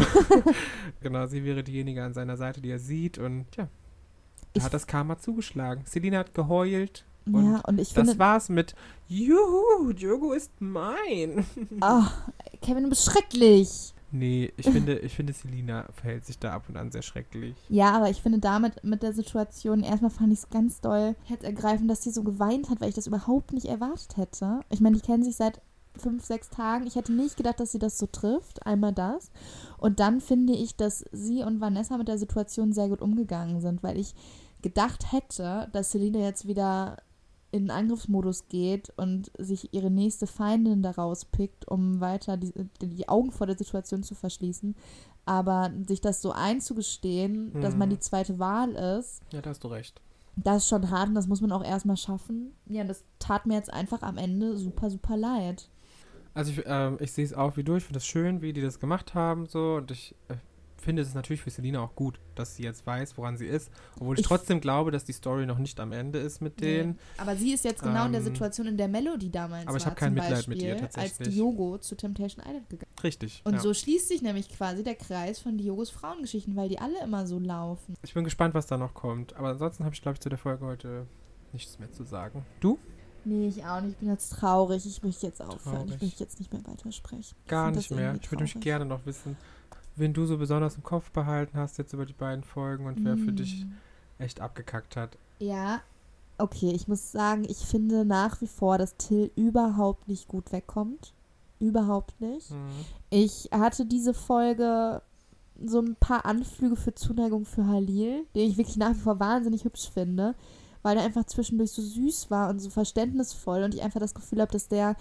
Genau, sie wäre diejenige an seiner Seite, die er sieht und ja, da hat das Karma zugeschlagen. Selina hat geheult. Und ich finde... Das war's mit Juhu, Diogo ist mein. Kevin, du bist schrecklich. Nee, ich finde, Selina verhält sich da ab und an sehr schrecklich. Ja, aber ich finde damit mit der Situation, erstmal fand ich es ganz doll herzergreifend, dass sie so geweint hat, weil ich das überhaupt nicht erwartet hätte. Ich meine, die kennen sich seit 5-6 Tagen. Ich hätte nicht gedacht, dass sie das so trifft. Einmal das. Und dann finde ich, dass sie und Vanessa mit der Situation sehr gut umgegangen sind, weil ich gedacht hätte, dass Selina jetzt wieder in den Angriffsmodus geht und sich ihre nächste Feindin daraus pickt, um weiter die Augen vor der Situation zu verschließen. Aber sich das so einzugestehen, dass man die zweite Wahl ist, ja, da hast du recht. Das ist schon hart und das muss man auch erstmal schaffen. Ja, das tat mir jetzt einfach am Ende super, super leid. Also ich sehe es auch wie du. Ich finde es schön, wie die das gemacht haben. So. Und ich finde es ist natürlich für Selina auch gut, dass sie jetzt weiß, woran sie ist. Obwohl ich trotzdem glaube, dass die Story noch nicht am Ende ist mit denen. Nee. Aber sie ist jetzt genau in der Situation, in der Melody damals war. Aber ich habe kein Mitleid Beispiel, mit ihr tatsächlich. als Diogo zu Temptation Island gegangen ist. Richtig. Und so schließt sich nämlich quasi der Kreis von Diogos Frauengeschichten, weil die alle immer so laufen. Ich bin gespannt, was da noch kommt. Aber ansonsten habe ich, glaube ich, zu der Folge heute nichts mehr zu sagen. Du? Nee, ich auch nicht. Ich bin jetzt traurig. Ich möchte jetzt aufhören. Ich möchte jetzt nicht mehr weitersprechen. Gar nicht mehr. Ich würde mich gerne noch wissen, wen du so besonders im Kopf behalten hast jetzt über die beiden Folgen und wer für dich echt abgekackt hat. Ja, okay. Ich muss sagen, ich finde nach wie vor, dass Till überhaupt nicht gut wegkommt. Überhaupt nicht. Ich hatte diese Folge so ein paar Anflüge für Zuneigung für Halil, den ich wirklich nach wie vor wahnsinnig hübsch finde, weil er einfach zwischendurch so süß war und so verständnisvoll und ich einfach das Gefühl habe, dass der,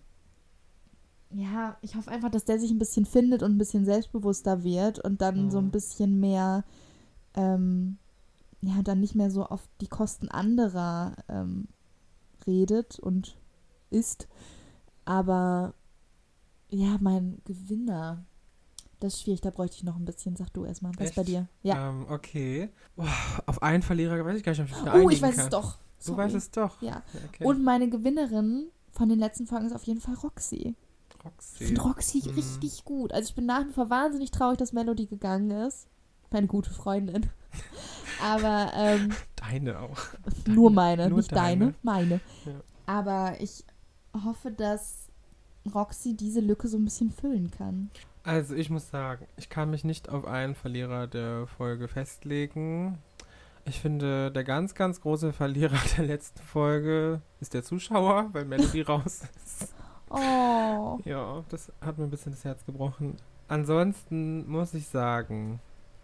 ja, ich hoffe einfach, dass der sich ein bisschen findet und ein bisschen selbstbewusster wird und dann so ein bisschen mehr, dann nicht mehr so auf die Kosten anderer redet und ist. Aber ja, mein Gewinner, das ist schwierig, da bräuchte ich noch ein bisschen. Sag du erstmal, was ist bei dir? Ja. Okay. Auf einen Verlierer weiß ich gar nicht, ob ich mich da einigen ich weiß kann. Es doch. Du weißt es doch. Ja. Okay. Und meine Gewinnerin von den letzten Folgen ist auf jeden Fall Roxy. Ich finde Roxy richtig gut. Also ich bin nach wie vor wahnsinnig traurig, dass Melody gegangen ist. Meine gute Freundin. Aber deine auch. Nur meine, nur nicht deine. Meine. Ja. Aber ich hoffe, dass Roxy diese Lücke so ein bisschen füllen kann. Also ich muss sagen, ich kann mich nicht auf einen Verlierer der Folge festlegen. Ich finde, der ganz, ganz große Verlierer der letzten Folge ist der Zuschauer, weil Melody raus ist. Oh. Ja, das hat mir ein bisschen das Herz gebrochen. Ansonsten muss ich sagen,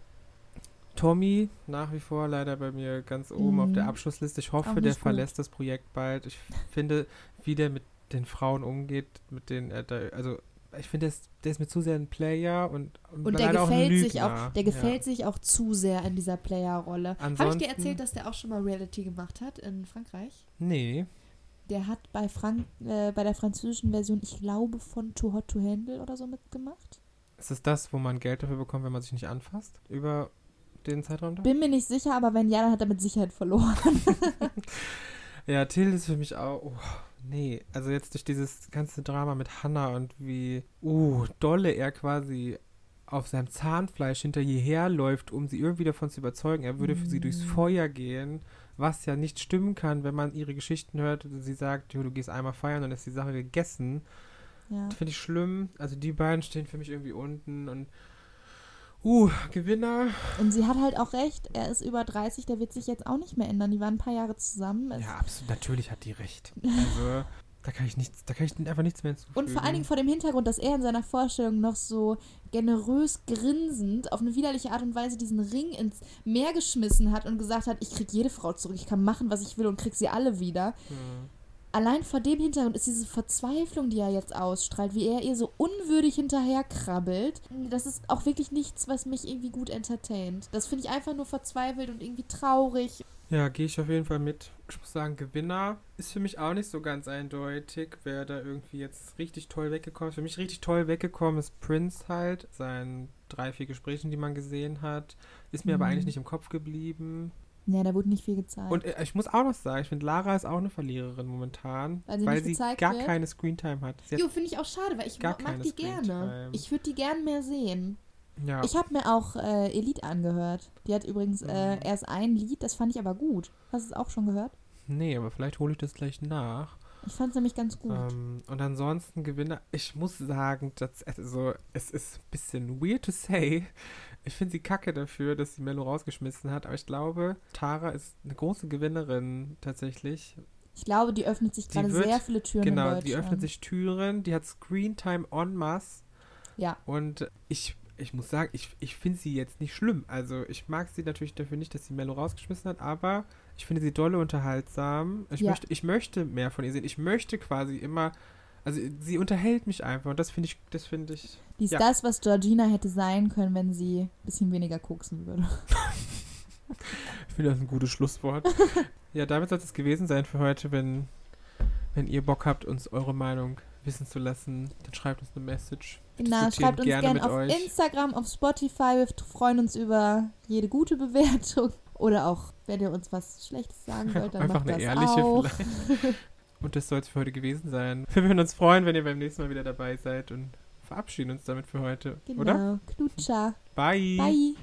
Tommy nach wie vor leider bei mir ganz oben auf der Abschlussliste. Ich hoffe, der verlässt das Projekt bald. Ich finde, wie der mit den Frauen umgeht, mit denen er da, also ich finde, der ist mir zu sehr ein Player und der gefällt gefällt sich auch zu sehr in dieser Player-Rolle. Habe ich dir erzählt, dass der auch schon mal Reality gemacht hat in Frankreich? Nee. Der hat bei der französischen Version, ich glaube, von Too Hot to Handle oder so mitgemacht. Ist es das, wo man Geld dafür bekommt, wenn man sich nicht anfasst? Über den Zeitraum da? Bin mir nicht sicher, aber wenn ja, dann hat er mit Sicherheit verloren. Ja, Till ist für mich auch... Oh, nee, also jetzt durch dieses ganze Drama mit Hannah und wie dolle er quasi auf seinem Zahnfleisch hinter ihr herläuft, um sie irgendwie davon zu überzeugen, er würde für sie durchs Feuer gehen, was ja nicht stimmen kann, wenn man ihre Geschichten hört. Sie sagt, du gehst einmal feiern und dann ist die Sache gegessen. Ja. Das finde ich schlimm. Also die beiden stehen für mich irgendwie unten und Gewinner. Und sie hat halt auch recht, er ist über 30, der wird sich jetzt auch nicht mehr ändern. Die waren ein paar Jahre zusammen. Ja, absolut, natürlich hat die recht. Also, da kann ich einfach nichts mehr hinzufügen. Und vor allen Dingen vor dem Hintergrund, dass er in seiner Vorstellung noch so generös grinsend auf eine widerliche Art und Weise diesen Ring ins Meer geschmissen hat und gesagt hat, ich krieg jede Frau zurück, ich kann machen, was ich will und krieg sie alle wieder. Allein vor dem Hintergrund ist diese Verzweiflung, die er jetzt ausstrahlt, wie er ihr so unwürdig hinterherkrabbelt. Das ist auch wirklich nichts, was mich irgendwie gut entertaint. Das finde ich einfach nur verzweifelt und irgendwie traurig. Ja, gehe ich auf jeden Fall mit. Ich muss sagen, Gewinner ist für mich auch nicht so ganz eindeutig, wer da irgendwie jetzt richtig toll weggekommen ist. Für mich richtig toll weggekommen ist Prince halt, seinen 3, 4 Gesprächen, die man gesehen hat. Ist mir aber eigentlich nicht im Kopf geblieben. Ja, da wurde nicht viel gezeigt. Und ich muss auch noch sagen, ich finde, Lara ist auch eine Verliererin momentan, Weil sie gar wird? keine Screentime hat. Jo, finde ich auch schade, weil ich mag die gerne. Ich würde die gern mehr sehen. Ja. Ich habe mir auch Elite angehört. Die hat übrigens erst ein Lied, das fand ich aber gut. Hast du es auch schon gehört? Nee, aber vielleicht hole ich das gleich nach. Ich fand es nämlich ganz gut. Und ansonsten Gewinner, ich muss sagen, es ist ein bisschen weird to say. Ich finde sie kacke dafür, dass sie Mello rausgeschmissen hat, aber ich glaube, Tara ist eine große Gewinnerin tatsächlich. Ich glaube, die öffnet sich gerade sehr viele Türen in Deutschland. Genau, die öffnet sich Türen, die hat Screentime en masse. Ja. Und ich muss sagen, ich finde sie jetzt nicht schlimm. Also ich mag sie natürlich dafür nicht, dass sie Mello rausgeschmissen hat, aber ich finde sie dolle unterhaltsam. Ich möchte mehr von ihr sehen. Ich möchte quasi immer, also sie unterhält mich einfach und das finde ich. Die ist das, was Georgina hätte sein können, wenn sie ein bisschen weniger koksen würde. Ich finde das ein gutes Schlusswort. Ja, damit soll es gewesen sein für heute. Wenn ihr Bock habt, uns eure Meinung wissen zu lassen, dann schreibt uns eine Message. Genau, schreibt uns gerne auf Instagram, auf Spotify. Wir freuen uns über jede gute Bewertung. Oder auch, wenn ihr uns was Schlechtes sagen wollt, dann einfach macht eine das ehrliche auch. Vielleicht. Und das soll es für heute gewesen sein. Wir würden uns freuen, wenn ihr beim nächsten Mal wieder dabei seid und verabschieden uns damit für heute, genau. oder? Knutscher. Bye. Bye.